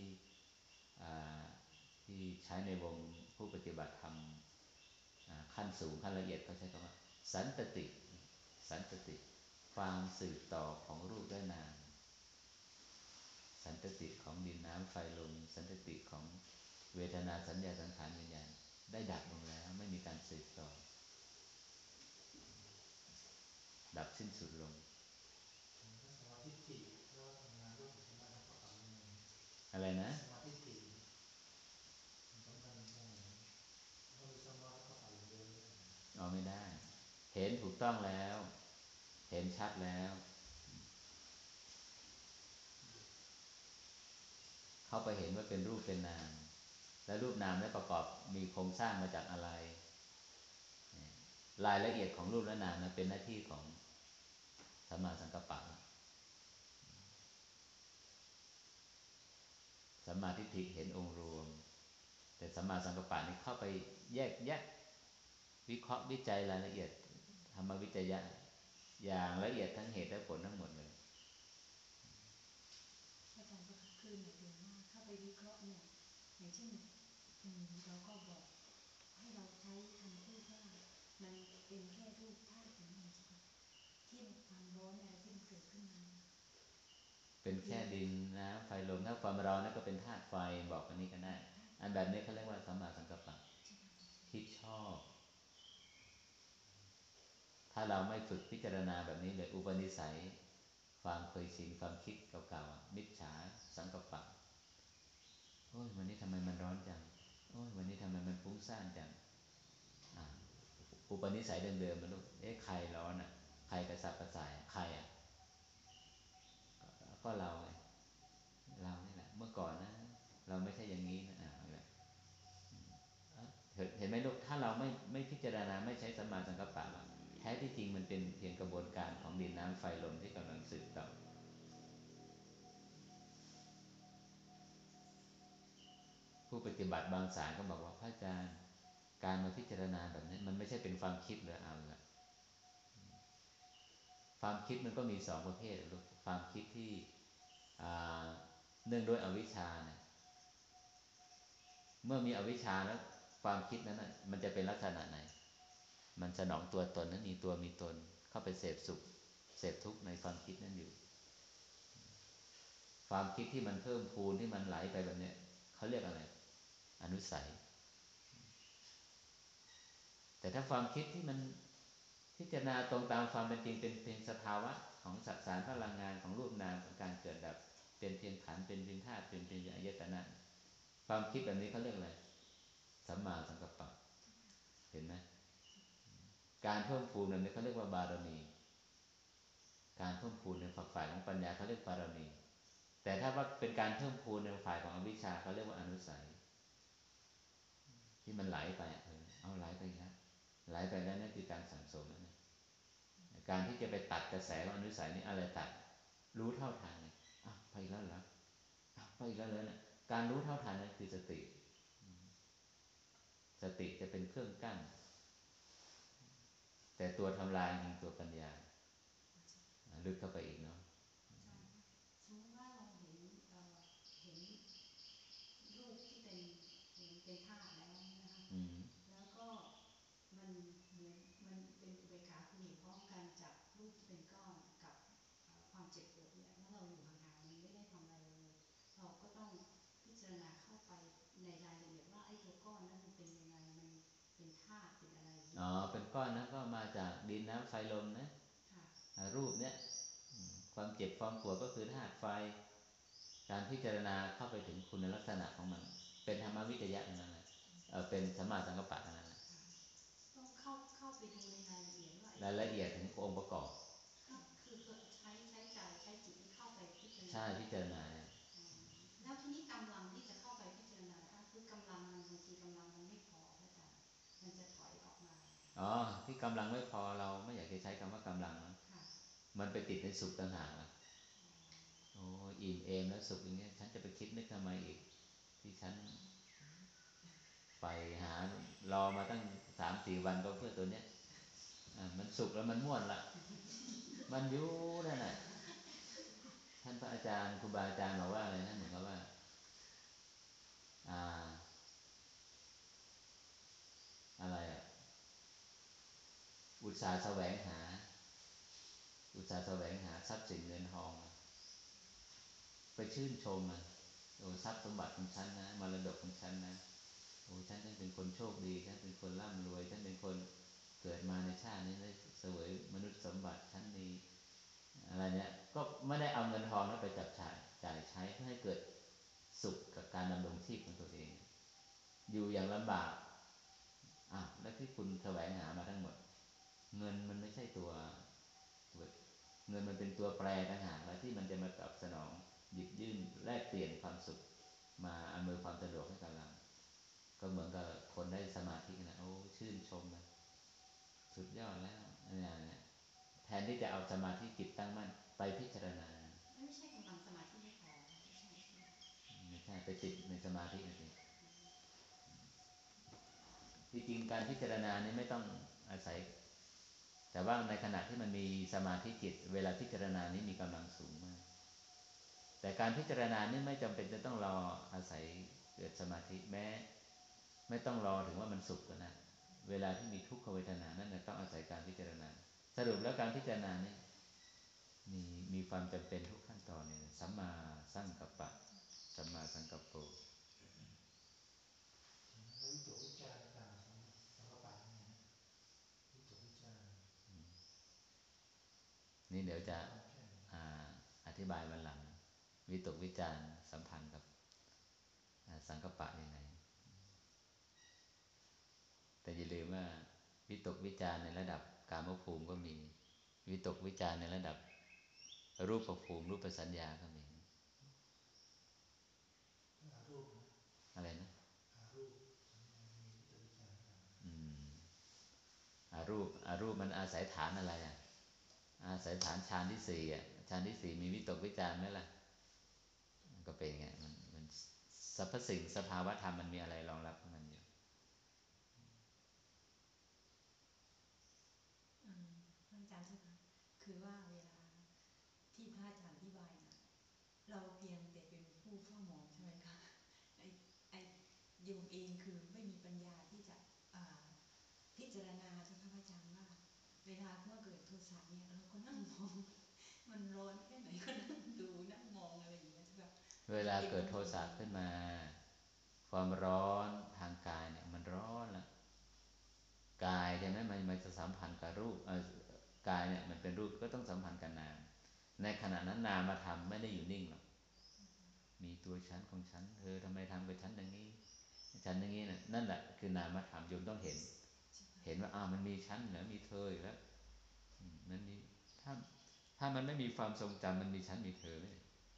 ที่ใช้ในวงผู้ปฏิบัติธรรมขั้นสูงขั้นละเอียดเขาใช้คำว่าสันตติสันตติความสืบต่อของรูปและนามสันตติของดินน้ำไฟลมสันตติของเวทนาสัญญาสังขารวิญญาณได้ดับลงแล้วไม่มีการสืบต่อดับสิ้นสุดลง
สมาธิจิตก็ทำงานร่วมกับสมาธิประกอบยังไง
อะไรนะ
สมาธิจิตสำคัญตรงไหนก็มีสมาธิประกอบอย่างเดียวไม่ได้
เอาไม่ได้เห็นถูกต้องแล้วเห็นชัดแล้วเข้าไปเห็นว่าเป็นรูปเป็นนามและรูปนามได้ประกอบมีโครงสร้างมาจากอะไรรายละเอียดของรูปและนามนะเป็นหน้าที่ของสัมมาสังกัปปะสัมมาทิฏฐิเห็นองค์รวมแต่สัมมาสังกัปปะนี่เข้าไปแยกแยะวิเคราะห์วิจัยรายละเอียดธรรมวิจยะอย่างละเอียดทั้งเหตุและผลทั้งหมดเลย
อาจารย์ก็คือหมายถึงว่าเข้าไปวิเคราะห์เนี่ยอย่างเช่นเราก็บอกให้เราใช้คำพูดว่ามันเป็นแค่รูปธาตุอย่างนี้ใช่ไหมที่ความร้อนอะไรที่มันเกิดขึ้นมา
เป็นแค่ดินน้ำไฟลมถ้าความร้อนนั่นก็เป็นธาตุไฟบอกอันนี้ก็ได้อันแบบนี้เขาเรียกว่าสัมมาสังกัปปะคิดชอบถ้าเราไม่ฝึกพิจารณาแบบนี้เลยอุปนิสัยความเคยชินความคิดเก่าๆมิจฉาสังกัปปะโอ้ยวันนี้ทำไมมันร้อนจังโอ้ยวันนี้ทำไมมันฟุ้งซ่านจังอุปนิสัยเดิมๆมันลูกเอ๊ะใครร้อนอ่ะใครกระสับกระส่ายใครอ่ะก็เราไงเรานี่แหละเมื่อก่อนนะเราไม่ใช่อย่างนี้นะอ่าเห็นไหมลูกถ้าเราไม่ไม่พิจารณาไม่ใช้สัมมาสังกัปปะแท้ที่จริงมันเป็นเพียงกระบวนการของดินน้ำไฟลมที่กำลังสืบต่อผู้ปฏิบัติบางสายก็บอกว่าพระอาจารย์การมาพิจารณาแบบนี้มันไม่ใช่เป็นความคิดหรือเอาละความคิดมันก็มีสองประเภทลูกความคิดที่เนื่องด้วยอวิชชาเนี่ยเมื่อมีอวิชชาแล้วความคิดนั้นนะมันจะเป็นลักษณะไหนมันสนองตัวตนนั้นมีตัวมีตนเข้าไปเสพสุขเสพทุกข์ในความคิดนั้นอยู่ความคิดที่มันเพิ่มพูนที่มันไหลไปแบบนี้เขาเรียกอะไรอนุสัยแต่ถ้าความคิดที่มันพิจารณาตรงตามความเป็นจริงเป็นเพียงสภาวะของสสารพลังงานของรูปนามของการเกิดดับเป็นเพียงขันธ์เป็นเพียงธาตุเป็นเพียงอายตนะความคิดแบบนี้เขาเรียกอะไรสัมมาสังกัปปะเห็นไหมการเพิ่มพูนนั้นเขาเรียกว่าบารมีการเพิ่มพูนในฝักฝ่ายของปัญญาเขาเรียกบารมีแต่ถ้าว่าเป็นการเพิ่มพูนในฝ่ายของอวิชชาเขาเรียกว่าอนุสัยที่มันไหลไปเออเอาไหลไปแล้วไหลไปแล้วนั่นคือการสั่งสมนะการที่จะไปตัดกระแสของอนุสัยนี่อะไรตัดรู้เท่าทันเลยอ้าวไปแล้วเหรออ้าวไปแล้วเลยนะการรู้เท่าทันนั่นคือสติสติจะเป็นเครื่องกั้นแต่ตัวทำลายจริงตัวปัญญาลึกเข้าไปอีกเนาะ
สมมติว่าเราเห็นเอ่อเห็นรูปที่เป็นเห็นเป็นธาตุแล้วนะคะแล้วก็มันเหมือนมันเป็นอุเบกขาคือเห็นพร้อมกันจากรูปที่เป็นก้อนกับความเจ็บปวดเนี่ยแล้วเราอยู่ห่างๆมันไม่ได้ทำอะไรเลยเราก็ต้องพิจารณาเข้าไปในรายละเอียดว่าไอ้ตัวก้อนนั้นมันเป็นยังไงมันเป็นธาตุเป็นอะไร
อ๋อเป็นก้อนนั้นก็มาจากดินน้ำไฟลมนะรูปเนี้ยความเจ็บความปวดก็คือธาตุไฟการพิจารณาเข้าไปถึงคุณลักษณะของมันเป็นธรรมวิจยะนั่นแหละเออเป็นสัมมาสังกัปปะนั่นแหละ
ต้องเข้าเข้าไปดูในรายละเอียดว่าร
ายละเอียดถึงองค์ประกอบ
คือใช้ใช้ใจใช้จิตที่เข้าไปพิจารณา
ใช่พิจารณาเนี่ย
แล้วทีนี้กำลังที่จะเข้าไปพิจารณาถ้าคือกำลังมันบางทีกำลังมันไม่พอพระอาจารย์มันจะถอยออกมา
อ๋อที่กำลังไม่พอเราไม่อยากจะใช้คำว่ากำลังนะมันไปติดในสุขต่างหากโอ้อิ่มเอมแล้วสุขอย่างเงี้ยฉันจะไปคิดนึกทำไมอีกที่ฉันไปหารอมาตั้งสามสี่วันก็เพื่อตัวเนี้ยมันสุขแล้วมันม่วนละมันอยู่นั่นแหละท่านพระอาจารย์ครูบาอาจารย์บอกว่าอะไรนะเหมือนกับว่าอ่าอะไรอ่ะอุตสาห์แสวงหาอุตสาห์แสวงหาทรัพย์สินเงินทองไปชื่นชมมันโอ้ทรัพย์สมบัติของฉันนะมรดกของฉันนะโอ้ฉันเป็นคนโชคดีฉันเป็นคนร่ำรวยฉันเป็นคนเกิดมาในชาตินี้ได้เสวยมนุษย์สมบัติฉันมีอะไรเนี้ยก็ไม่ได้เอาเงินทองนั้นไปจับจ่ายจ่ายใช้เพื่อให้เกิดสุขกับการดำรงชีพของตัวเองอยู่อย่างลำบากอ่ะแล้วที่คุณแสวงหามาทั้งหมดเงินมันไม่ใช่ตัวเงินมันเป็นตัวแปรต่างหากแล้วที่มันจะมาตอบสนองหยิบยื่นแลกเปลี่ยนความสุขมาอำนวยความสะดวกให้กับเราก็เหมือนกับคนได้สมาธินะโอ้ชื่นชมนะสุดยอดแล้วเนี่ยแทนที่จะเอาสมาธิจิตตั้งมั่นไปพิจารณา
ไม่ใช่กำลังสมาธิไม่พอไม่ใช่
ไม่ใช่ไปติดในสมาธินั่นเองที่จริงการพิจารณานี้ไม่ต้องอาศัยแต่ว่าในขณะที่มันมีสมาธิจิตเวลาพิจารณานี้มีกำลังสูงมากแต่การพิจารณานี่ไม่จำเป็นจะต้องรออาศัยเกิดสมาธิแม้ไม่ต้องรอถึงว่ามันสุขก็ได้เวลาที่มีทุกขเวทนานั่นต้องอาศัยการพิจารณาสรุปแล้วการพิจารณานี่มีมีความจำเป็นทุกขั้นตอนเนี่ยสัมมาสังกัปปะสัมมาสังกัปโป
แล้ววิตกวิจารต่างสังสังกปะยังไงนะวิตกวิจาร
นี่เดี๋ยวจะอธิบายวันหลังวิตกวิจารสัมพันธ์กับสังกัปปะยังไงแต่อย่าลืมว่าวิตกวิจารในระดับกามภูมิก็มีวิตกวิจารในระดับรูปภูมิรูปสัญญาก็มี
อารูปนะ
อะไรนะ
อารูปสัญญามีวิตกวิจาร
อืมอารูปอารูปมันอาศัยฐานอะไรอ่ะอาศัยฐานฌานที่สี่อ่ะฌานที่สี่มีวิตกวิจารไหมล่ะก็เป็นไงมันมันสรรพสิ่งสภาวะธรรมมันมีอะไรรองรับมันอยู่
พระอาจารย์เจ้าค่ะคือว่าเวลาที่พระอาจารย์อธิบายนะเราเพียงแต่เป็นผู้เฝ้ามองใช่ไหมคะไอไอโยมเองคือไม่มีปัญญาที่จะพิจารณาใช่ไหมพระอาจารย์ว่าเวลาเมื่อเกิดโทสะเนี่ยเราก็นั่งมองมันร้อนแค่ไหนก็นั่งดูนั่งมองอะไรอย่างเงี้ยใช่ไหม
เวลาเกิดโทสะขึ้นมาความร้อนทางกายเนี่ยมันร้อนละกายใช่ไหมมันมันจะสัมพันธ์กับรูปกายเนี่ยมันเป็นรูปก็ต้องสัมพันธ์กับนามในขณะนั้นนามธรรมไม่ได้อยู่นิ่งหรอกมีตัวฉันของฉันเธอทำไมทำกับฉันอย่างนี้ฉันอย่างนี้นะนั่นแหละคือนามธรรมโยมต้องเห็นเห็นว่าอ้าวมันมีฉันเหรอมีเธออยู่แล้วมันมีถ้าถ้ามันไม่มีความทรงจำมันมีฉันมีเธอไหม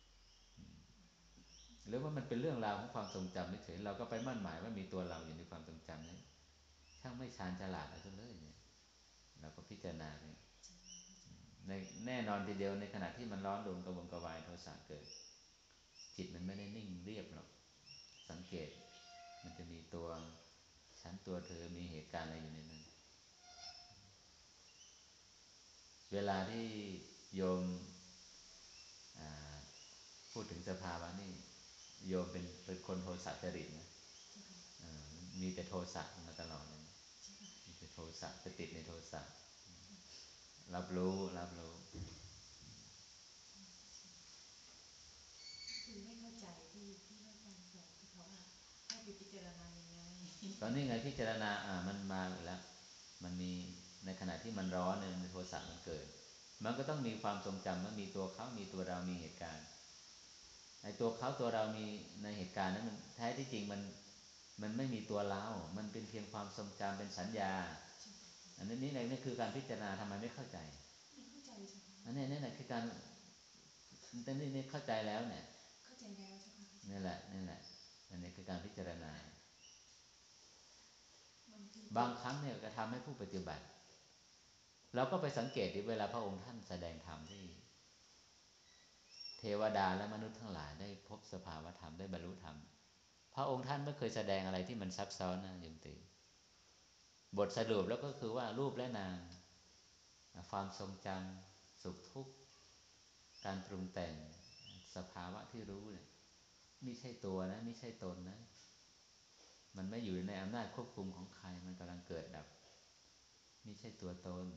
หรือว่ามันเป็นเรื่องราวของความทรงจำเฉยเราก็ไปมั่นหมายว่ามีตัวเราอยู่ในความทรงจำนี้ช่างไม่ชาญฉลาดอะไรเลยเนี่ยเราก็พิจารณาเนี่ยในแน่นอนทีเดียวในขณะที่มันร้อนรนกระวนกระวายโทสะเกิดจิตมันไม่ได้นิ่งเรียบหรอกสังเกตมันจะมีตัวฉันตัวเธอมีเหตุการณ์อะไรอยู่ในนั้นเวลาที่โยมพูดถึงสภาวะนี่โยมเป็นเป็นคนโทสะจริตนะมีแต่โทสะมาตลอดเลยมีแต่โทสะจะติดในโทสะรับรู้รับรู้
คือไม่เข้าใจที่ที่พระอาจารย์สอนที่เขาว่าให้ไปพิจารณายังไง
ตอนนี้ไงพิจารณาอ่ามันมาแล้วมันมีในขณะที่มันร้อนเนี่ยโทสะมันเกิดมันก็ต้องมีความทรงจำว่ามีตัวเขามีตัวเรามีเหตุการณ์ในตัวเขาตัวเรามีในเหตุการณ์นั้นมันแท้ที่จริงมันมันไม่มีตัวเรา มันเป็นเพียงความทรงจำเป็นสัญญาอันนี้นี่นี่คือการพิจารณาทำไมไม่เข้าใจ
ไม่เข้าใจใช่ไหม
อันนี้นี่แหละคือการแต่นี่นี่เข้าใจแล้วเนี่ย
เข้าใจแล้วใช่ไหม
นี่แหละนี่แหละอันนี้คือการพิจารณาบางครั้งเนี่ยก็ทำให้ผู้ปฏิบัติเราก็ไปสังเกตที่เวลาพระองค์ท่านแสดงธรรมที่เทวดาและมนุษย์ทั้งหลายได้พบสภาวธรรมได้บรรลุธรรมพระองค์ท่านไม่เคยแสดงอะไรที่มันซับซ้อนนะโยมติบทสรุปแล้วก็คือว่ารูปและนามความทรงจำสุขทุกข์การปรุงแต่งสภาวะที่รู้เนี่ยไม่ใช่ตัวนะไม่ใช่ตนนะมันไม่อยู่ในอำนาจควบคุมของใครมันกำลังเกิดดับไม่ใช่ตัวตน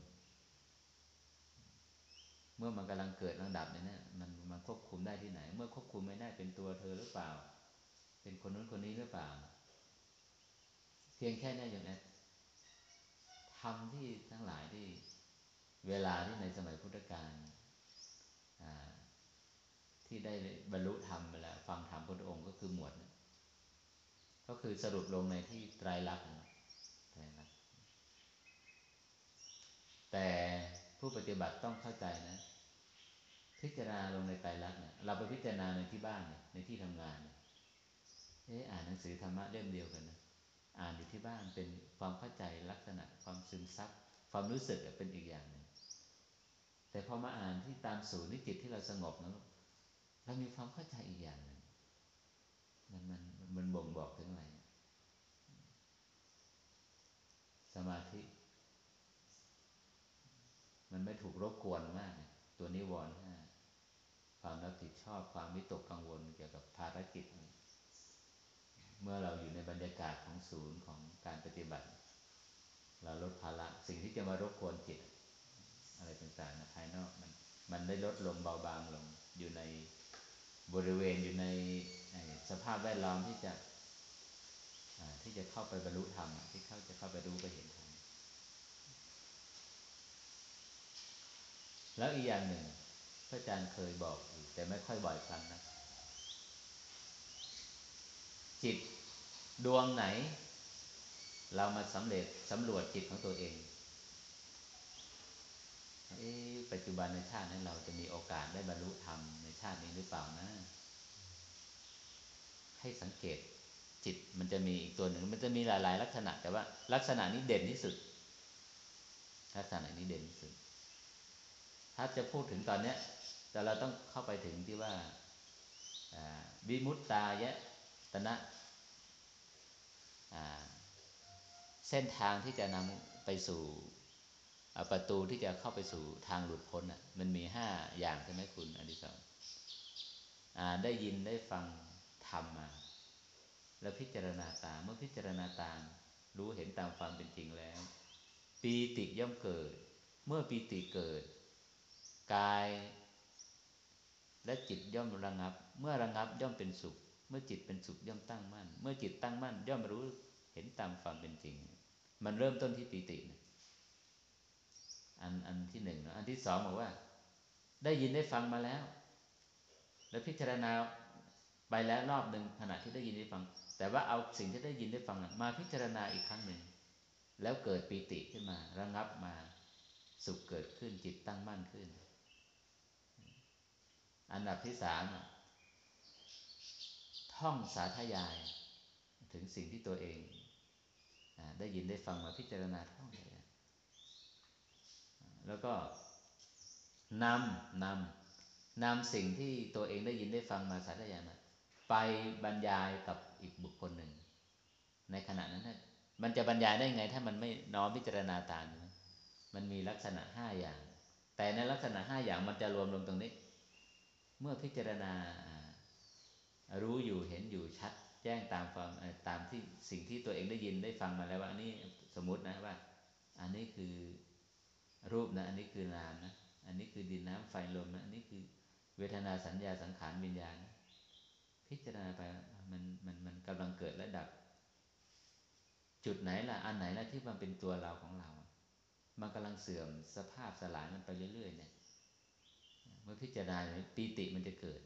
เมื่อมันกำลังเกิดกำลังดับเนี่ยมันมันควบคุมได้ที่ไหนเมื่อควบคุมไม่ได้เป็นตัวเธอหรือเปล่าเป็นคนนู้นคนนี้หรือเปล่าเพียงแค่นี้อย่างนี้ทำที่ทั้งหลายที่เวลาที่ในสมัยพุทธกาลที่ได้บรรลุธรรมไปแล้วฟังธรรมพระองค์ก็คือหมวดก็คือสรุปลงในที่ไตรลักษณ์ไตรลักษณ์แต่ผู้ปฏิบัติต้องเข้าใจนะพิจารณาลงในไตรลักษณ์เนี่ยเราไปพิจารณาในที่บ้านเนี่ยในที่ทำงานเนี่ยเอออ่านหนังสือธรรมะเล่มเดียวกันนะอ่านอยู่ที่บ้านเป็นความเข้าใจลักษณะความซึมซับความรู้สึกเป็นอีกอย่างหนึ่งแต่พอมาอ่านที่ตามศูนย์นิจิตที่เราสงบนะเรามีความเข้าใจอีกอย่างหนึ่งมันมันมันบ่งบอกถึงอะไรสมาธิมันไม่ถูกรบกวนมากตัวนิวรณ์ห้าความรับผิดชอบความวิตกกังวลเกี่ยวกับภารกิจเมื่อเราอยู่ในบรรยากาศของศูนย์ของการปฏิบัติเราลดภาระสิ่งที่จะมารบกวนจิตอะไรต่างๆนะภายนอกมันมันได้ลดลงเบาบางลงอยู่ในบริเวณอยู่ในสภาพแวดล้อมที่จะที่จะเข้าไปบรรลุธรรมที่เขาจะเข้าไปรู้ไปเห็นธรรมแล้วอีกอย่างหนึ่งพระอาจารย์เคยบอกอยู่แต่ไม่ค่อยบ่อยครั้งนะจิตดวงไหนเรามาสำเร็จสำรวจจิตของตัวเองเอ๊ะปัจจุบันในชาตินั้นเราจะมีโอกาสได้บรรลุธรรมในชาตินี้หรือเปล่านะให้สังเกตจิตมันจะมีอีกตัวหนึ่งมันจะมีหลายๆลักษณะแต่ว่าลักษณะนี้เด่นที่สุดลักษณะนี้เด่นที่สุดถ้าจะพูดถึงตอนเนี้ยแต่เราต้องเข้าไปถึงที่ว่าวิมุตตายตนะเส้นทางที่จะนำไปสู่ประตูที่จะเข้าไปสู่ทางหลุดพ้นอ่ะมันมีห้าอย่างใช่ไหมคุณอดิศรได้ยินได้ฟังธรรมมาแล้วพิจารณาตามเมื่อพิจารณาตามรู้เห็นตามความเป็นจริงแล้วปีติย่อมเกิดเมื่อปีติเกิดกายและจิตย่อมระงับเมื่อระงับย่อมเป็นสุขเมื่อจิตเป็นสุขย่อมตั้งมั่นเมื่อจิตตั้งมั่นย่อมรู้เห็นตามความเป็นจริงมันเริ่มต้นที่ปีตินะอันอันที่หนึ่งนะอันที่สองบอกว่าได้ยินได้ฟังมาแล้วแล้วพิจารณาไปแล้วรอบหนึ่งขณะที่ได้ยินได้ฟังแต่ว่าเอาสิ่งที่ได้ยินได้ฟังมาพิจารณาอีกครั้งหนึ่งแล้วเกิดปีติขึ้นมาระงับมาสุขเกิดขึ้นจิตตั้งมั่นขึ้นอันดับที่สามท่องสาธยายถึงสิ่งที่ตัวเองได้ยินได้ฟังมาพิจารณาท่องแล้วก็นำนำนำสิ่งที่ตัวเองได้ยินได้ฟังมาสาธยายมาไปบรรยายกับอีกบุคคลหนึ่งในขณะนั้นนะมันจะบรรยายได้ไงถ้ามันไม่น้อมพิจารณาตามมันมีลักษณะห้าอย่างแต่ในลักษณะห้าอย่างมันจะรวมลงตรงนี้เมื่อพิจารณารู้อยู่เห็นอยู่ชัดแจ้งตามความตามที่สิ่งที่ตัวเองได้ยินได้ฟังมาแล้วว่าอันนี้สมมุตินะว่าอันนี้คือรูปนะอันนี้คือนามนะอันนี้คือดินน้ำไฟลมนะอันนี้คือเวทนาสัญญาสังขารวิญญาณพิจารณาไปมันมันมันกำลังเกิดและดับจุดไหนล่ะอันไหนล่ะที่มันเป็นตัวเราของเรามันกำลังเสื่อมสภาพสลายมันไปเรื่อยๆเนี่ยเมื่อพิจารณาปีติมันจะเกิด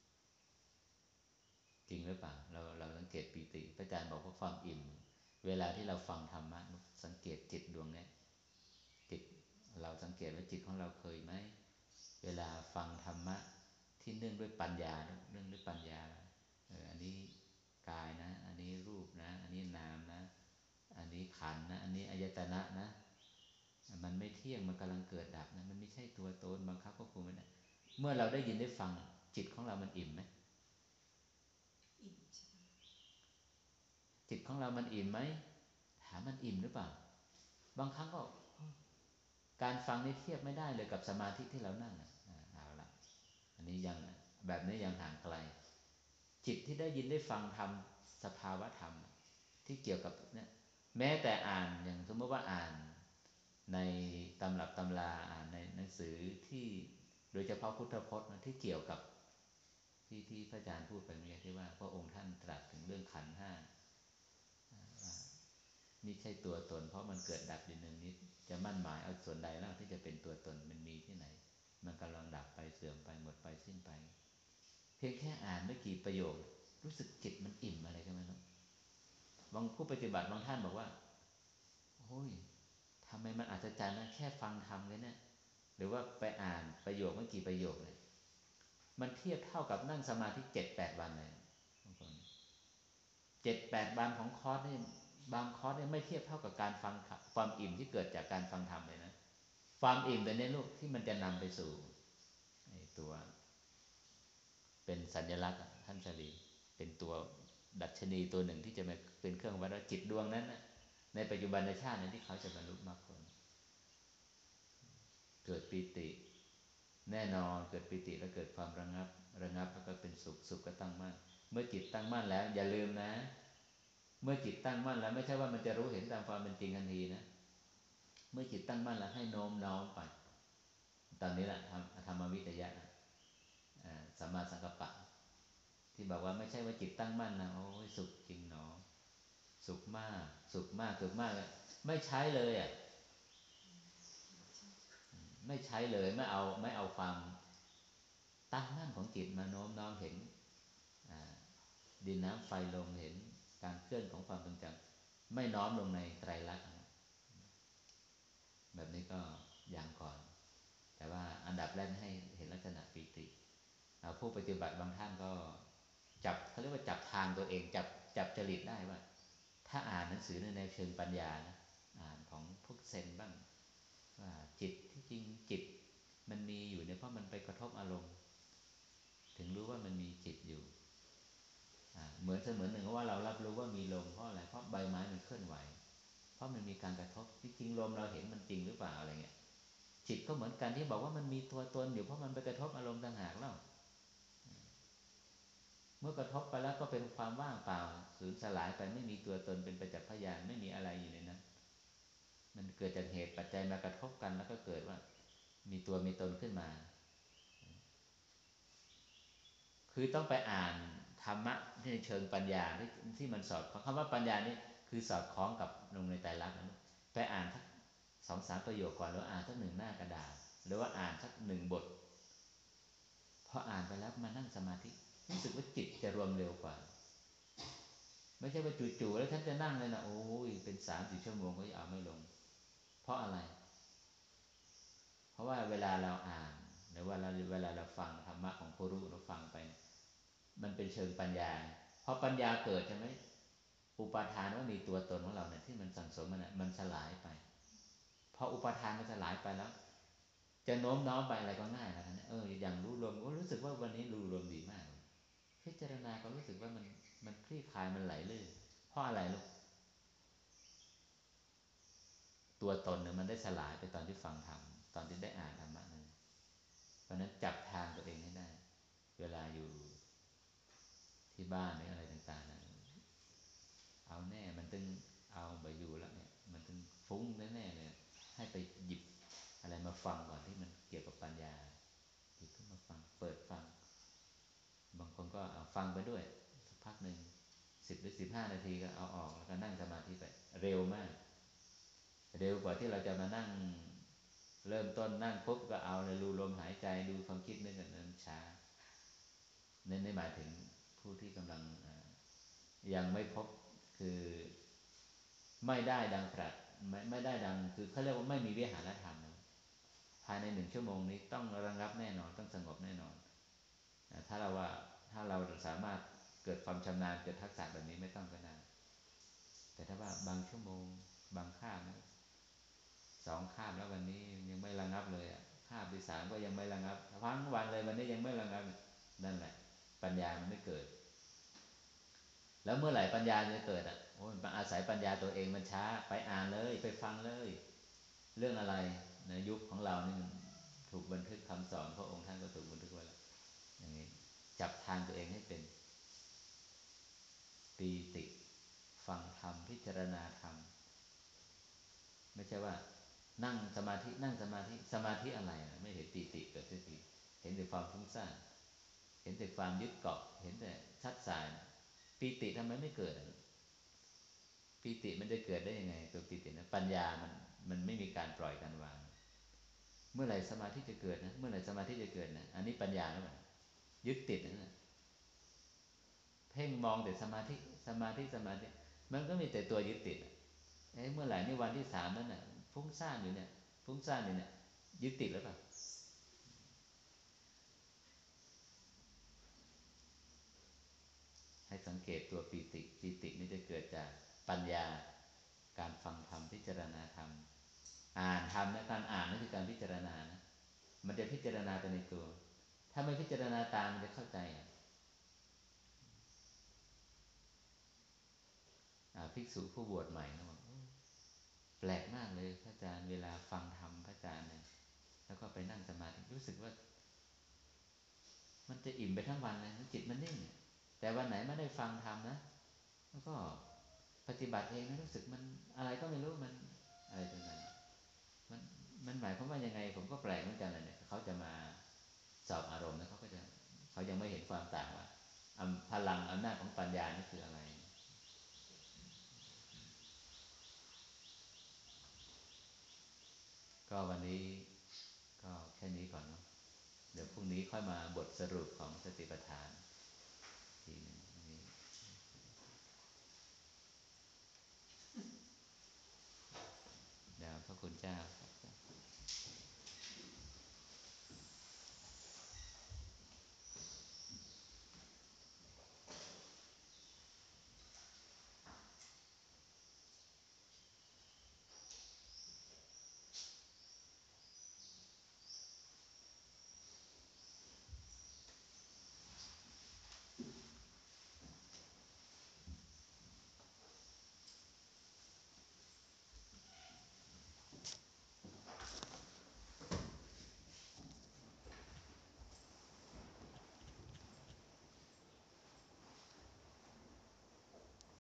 จริงหรือเปล่าเราเราสังเกตปีติพระอาจารย์บอกว่าความอิ่มเวลาที่เราฟังธรรมะสังเกตจิตดวงนี้จิตเราสังเกตว่าจิตของเราเคยไหมเวลาฟังธรรมะที่เนื่องด้วยปัญญาเนื่องด้วยปัญญาเอออันนี้กายนะอันนี้รูปนะอันนี้นามนะอันนี้ขันธ์นะอันนี้อายตนะนะมันไม่เที่ยงมันกำลังเกิดดับนะมันไม่ใช่ตัวตนบังคับควบคุมไม่ได้เมื่อเราได้ยินได้ฟังจิตของเรามันอิ่มไหม
อิ่มใช่ไหม
จิตของเรามันอิ่มไหมถามมันอิ่มหรือเปล่าบางครั้งก็การฟังนี่เทียบไม่ได้เลยกับสมาธิที่เรานั่งอ่ะเอาละอันนี้ยังแบบนี้ยังห่างไกลจิตที่ได้ยินได้ฟังธรรมสภาวะธรรมที่เกี่ยวกับเนี่ยแม้แต่อ่านอย่างสมมติว่าอ่านในตำรับตำราอ่านในหนังสือที่โดยเฉพาะพุทธพจน์ที่เกี่ยวกับที่ที่พระอาจารย์พูดไปเมื่อกี้ที่ว่าพระองค์ท่านตรัสถึงเรื่องขันธ์ห้านี่ใช่ตัวตนเพราะมันเกิดดับอยู่หนึ่งนิดจะมั่นหมายเอาส่วนใดแล้วที่จะเป็นตัวตนมันมีที่ไหนมันกำลังดับไปเสื่อมไปหมดไปสิ้นไปเพียงแค่อ่านไม่กี่ประโยครู้สึกจิตมันอิ่มอะไรก็ไม่รู้บางผู้ปฏิบัติบางท่านบอกว่าโอ้ยทำไมมันอัศจรรย์นะแค่ฟังธรรมเลยเนี่ยหรือว่าไปอ่านประโยคไม่กี่ประโยคเลยมันเทียบเท่ากับนั่งสมาธิเจ็ดแปดวันเลยบางคนเจ็ดแปดวันของคอร์สนี่บางคอร์สเนี่ยไม่เทียบเท่ากับการฟังความอิ่มที่เกิดจากการฟังธรรมเลยนะความอิ่มแต่ในลูกที่มันจะนำไปสู่ไอ้ตัวเป็นสัญลักษณ์ท่านชลีเป็นตัวดัชนีตัวหนึ่งที่จะมาเป็นเครื่องวัดจิตดวงนั้นนะในปัจจุบันชาตินั้นที่เขาจะบรรลุมรรคผลเกิดปีติแน่นอนเกิดปีติแล้วเกิดความระงับระงับแล้วก็เป็นสุขสุขก็ตั้งมั่นเมื่อจิตตั้งมั่นแล้วอย่าลืมนะเมื่อจิตตั้งมั่นแล้วไม่ใช่ว่ามันจะรู้เห็นตามความเป็นจริงทันทีนะเมื่อจิตตั้งมั่นแล้วให้โน้มน้อมไปตอนนี้แหละธรรมวิทยะสัมมาสังกัปปะที่บอกว่าไม่ใช่ว่าจิตตั้งมั่นนะโอ้ยสุขจริงหนอสุขมากสุขมากสุขมากเลยไม่ใช้เลยอ่ะไม่ใช้เลยไม่เอาไม่เอาความตั้งมั่นของจิตมาโน้มน้อมเห็นดินน้ำไฟลมเห็นการเคลื่อนของความทรงจำไม่น้อมลงในไตรลักษณ์แบบนี้ก็อย่างก่อนแต่ว่าอันดับแรกให้เห็นลักษณะปีติผู้ปฏิบัติบางท่านก็จับเขาเรียกว่าจับทางตัวเองจับจับจริตได้ว่าถ้าอ่านหนังสือในเชิงปัญญานะอ่านของพวกเซนบ้างว่าจิตที่จริงจิตมันมีอยู่เนี่ยเพราะมันไปกระทบอารมณ์ถึงรู้ว่ามันมีจิตอยู่เหมือนเสมือนหนึ่งว่าเรารับรู้ว่ามีลมเพราะอะไรเพราะใบไม้มันเคลื่อนไหวเพราะมันมีการกระทบที่จริงลมเราเห็นมันจริงหรือเปล่าอะไรเงี้ยจิตก็เหมือนกันที่บอกว่ามันมีตัวตนอยู่เพราะมันไปกระทบอารมณ์ต่างหากแล้วเมื่อกระทบไปแล้วก็เป็นความว่างเปล่าสูญสลายไปไม่มีตัวตนเป็นประจักษ์พยานไม่มีอะไรอยู่ในนั้นมันเกิดจากเหตุปัจจัยมากระทบกันแล้วก็เกิดว่ามีตัวมีตนขึ้นมาคือต้องไปอ่านธรรมะในเชิงปัญญาที่ที่มันสอดคล้องคำว่าปัญญานี่คือสอดคล้องกับลงในไตรลักษณ์นั้นไปอ่านสักสองสามประโยคก่อนหรืออ่านสักหนึ่งหน้ากระดาษหรือว่าอ่านสักหนึ่งบทพออ่านไปแล้วมานั่งสมาธิรู้สึกว่าจิตจะรวมเร็วกว่าไม่ใช่ว่าจู่ๆแล้วท่านจะนั่งเลยนะโอ้ยเป็นสามสี่ชั่วโมงก็เอาไม่ลงเพราะอะไรเพราะว่าเวลาเราอ่านหรือว่าเราเวลาเราฟังธรรมะของครูรู้เราฟังไปมันเป็นเชิงปัญญาพอปัญญาเกิดใช่ไหมอุปาทานว่ามีตัวตนของเราเนี่ยที่มันสั่งสมมันมันสลายไปพออุปาทานมันสลายไปแล้วจะโน้มน้อมไปอะไรก็ง่ายแล้วนะเอออย่างรู้ลมก็รู้สึกว่าวันนี้รู้ลมดีมากพิจารณาก็รู้สึกว่ามันมันคลี่คลายมันไหลลื่นเพราะอะไรลูกตัวตนเนี่ยมันได้สลายไปตอนที่ฟังธรรมตอนที่ได้อ่านธรรมะนั้นเพราะนั้นจับทางตัวเองให้ได้เวลาอยู่ที่บ้านหรืออะไรต่างๆนะเอาแน่มันตึงเอาไปอยู่แล้วเนี่ยมันตึงฟุ้งแน่ๆเลยให้ไปหยิบอะไรมาฟังก่อนที่มันเกี่ยวกับปัญญาหยิบขึ้นมาฟังเปิดฟังบางคนก็เอาฟังไปด้วยสักพักหนึ่งสิบหรือสิบห้านาทีก็เอาออกแล้วก็นั่งสมาธิไปเร็วมากเร็วกว่าที่เราจะมานั่งเริ่มต้นนั่งปุ๊บก็เอาเลยรูลมหายใจดูความคิดนึกกันนั้นช้าเน้นได้หมายถึงผู้ที่กำลังยังไม่พบคือไม่ได้ดังตรัสไม่ไม่ได้ดังคือเขาเรียกว่าไม่มีวิหารธรรมภายในหนึ่งชั่วโมงนี้ต้องระงับแน่นอนต้องสงบแน่นอนถ้าเราว่าถ้าเราสามารถเกิดความชำนาญเกิดทักษะแบบนี้ไม่ต้องก็ได้แต่ถ้าว่าบางชั่วโมงบางคาบนะสองคาบแล้ววันนี้ยังไม่ระงับเลยอ่ะคาบที่สามก็ยังไม่ระงับทั้งวันเลยวันนี้ยังไม่ระงับนั่นแหละปัญญามันไม่เกิดแล้วเมื่อไหร่ปัญญาจะเกิดอ่ะโอ้ยมันอาศัยปัญญาตัวเองมันช้าไปอ่านเลยไปฟังเลยเรื่องอะไรในยุคของเรานี่ถูกบันทึกคำสอนพระองค์ท่านก็ถูกบันทึกไว้แล้วอย่างนี้จับทางตัวเองให้เป็นปีติฟังธรรมพิจารณาธรรมไม่ใช่ว่านั่งสมาธินั่งสมาธิสมาธิอะไรไม่เห็นปีติเกิดสักทีเห็นแต่ความฟุ้งซ่านเห็นแต่ความยึดเกาะเห็นแต่ชัดสายปีติทำไมไม่เกิดปีติมันจะเกิดได้ยังไงตัวปีตินะปัญญามันมันไม่มีการปล่อยการวางเมื่อไหร่สมาธิจะเกิดนะเมื่อไหร่สมาธิจะเกิดนะอันนี้ปัญญาหรือเปล่ายึดติดนะเพ่งมองแต่สมาธิสมาธิสมาธิมันก็มีแต่ตัวยึดติดเอ้เมื่อไหร่นี่วันที่สามนั้นน่ะฟุ้งซ่านอยู่เนี่ยฟุ้งซ่านอยู่เนี่ยยึดติดหรือเปล่าให้สังเกตตัวปีติปีตินี่จะเกิดจากปัญญาการฟังธรรมพิจารณาธรรมอ่านธรรมนะการอ่านนั่นคือการพิจารณานะมันจะพิจารณาไปในตัวถ้าไม่พิจารณาตามมันจะเข้าใจภิกษุผู้บวชใหม่นะบอกแปลกมากเลยพระอาจารย์เวลาฟังธรรมพระอาจารย์เนี่ยแล้วก็ไปนั่งสมาธิรู้สึกว่ามันจะอิ่มไปทั้งวันเลยจิตมันนิ่งแต่วันไหนไม่ได้ฟังธรรมนะแล้วก็ปฏิบัติเองนะรู้สึกมันอะไรก็ไม่รู้มันอะไรตรงนั้นมันมันหมายความว่ายังไงผมก็แปลกเหมือนกันเลยเนี่ยเขาจะมาสอบอารมณ์แล้วเขาก็จะเขายังไม่เห็นความต่างว่าพลังอำนาจของปัญญานี่คืออะไรก็วันนี้ก็แค่นี้ก่อนเนาะเดี๋ยวพรุ่งนี้ค่อยมาบทสรุปของสติปัฏฐานทีนึงนี้เดี๋ยวพระคุณเจ้า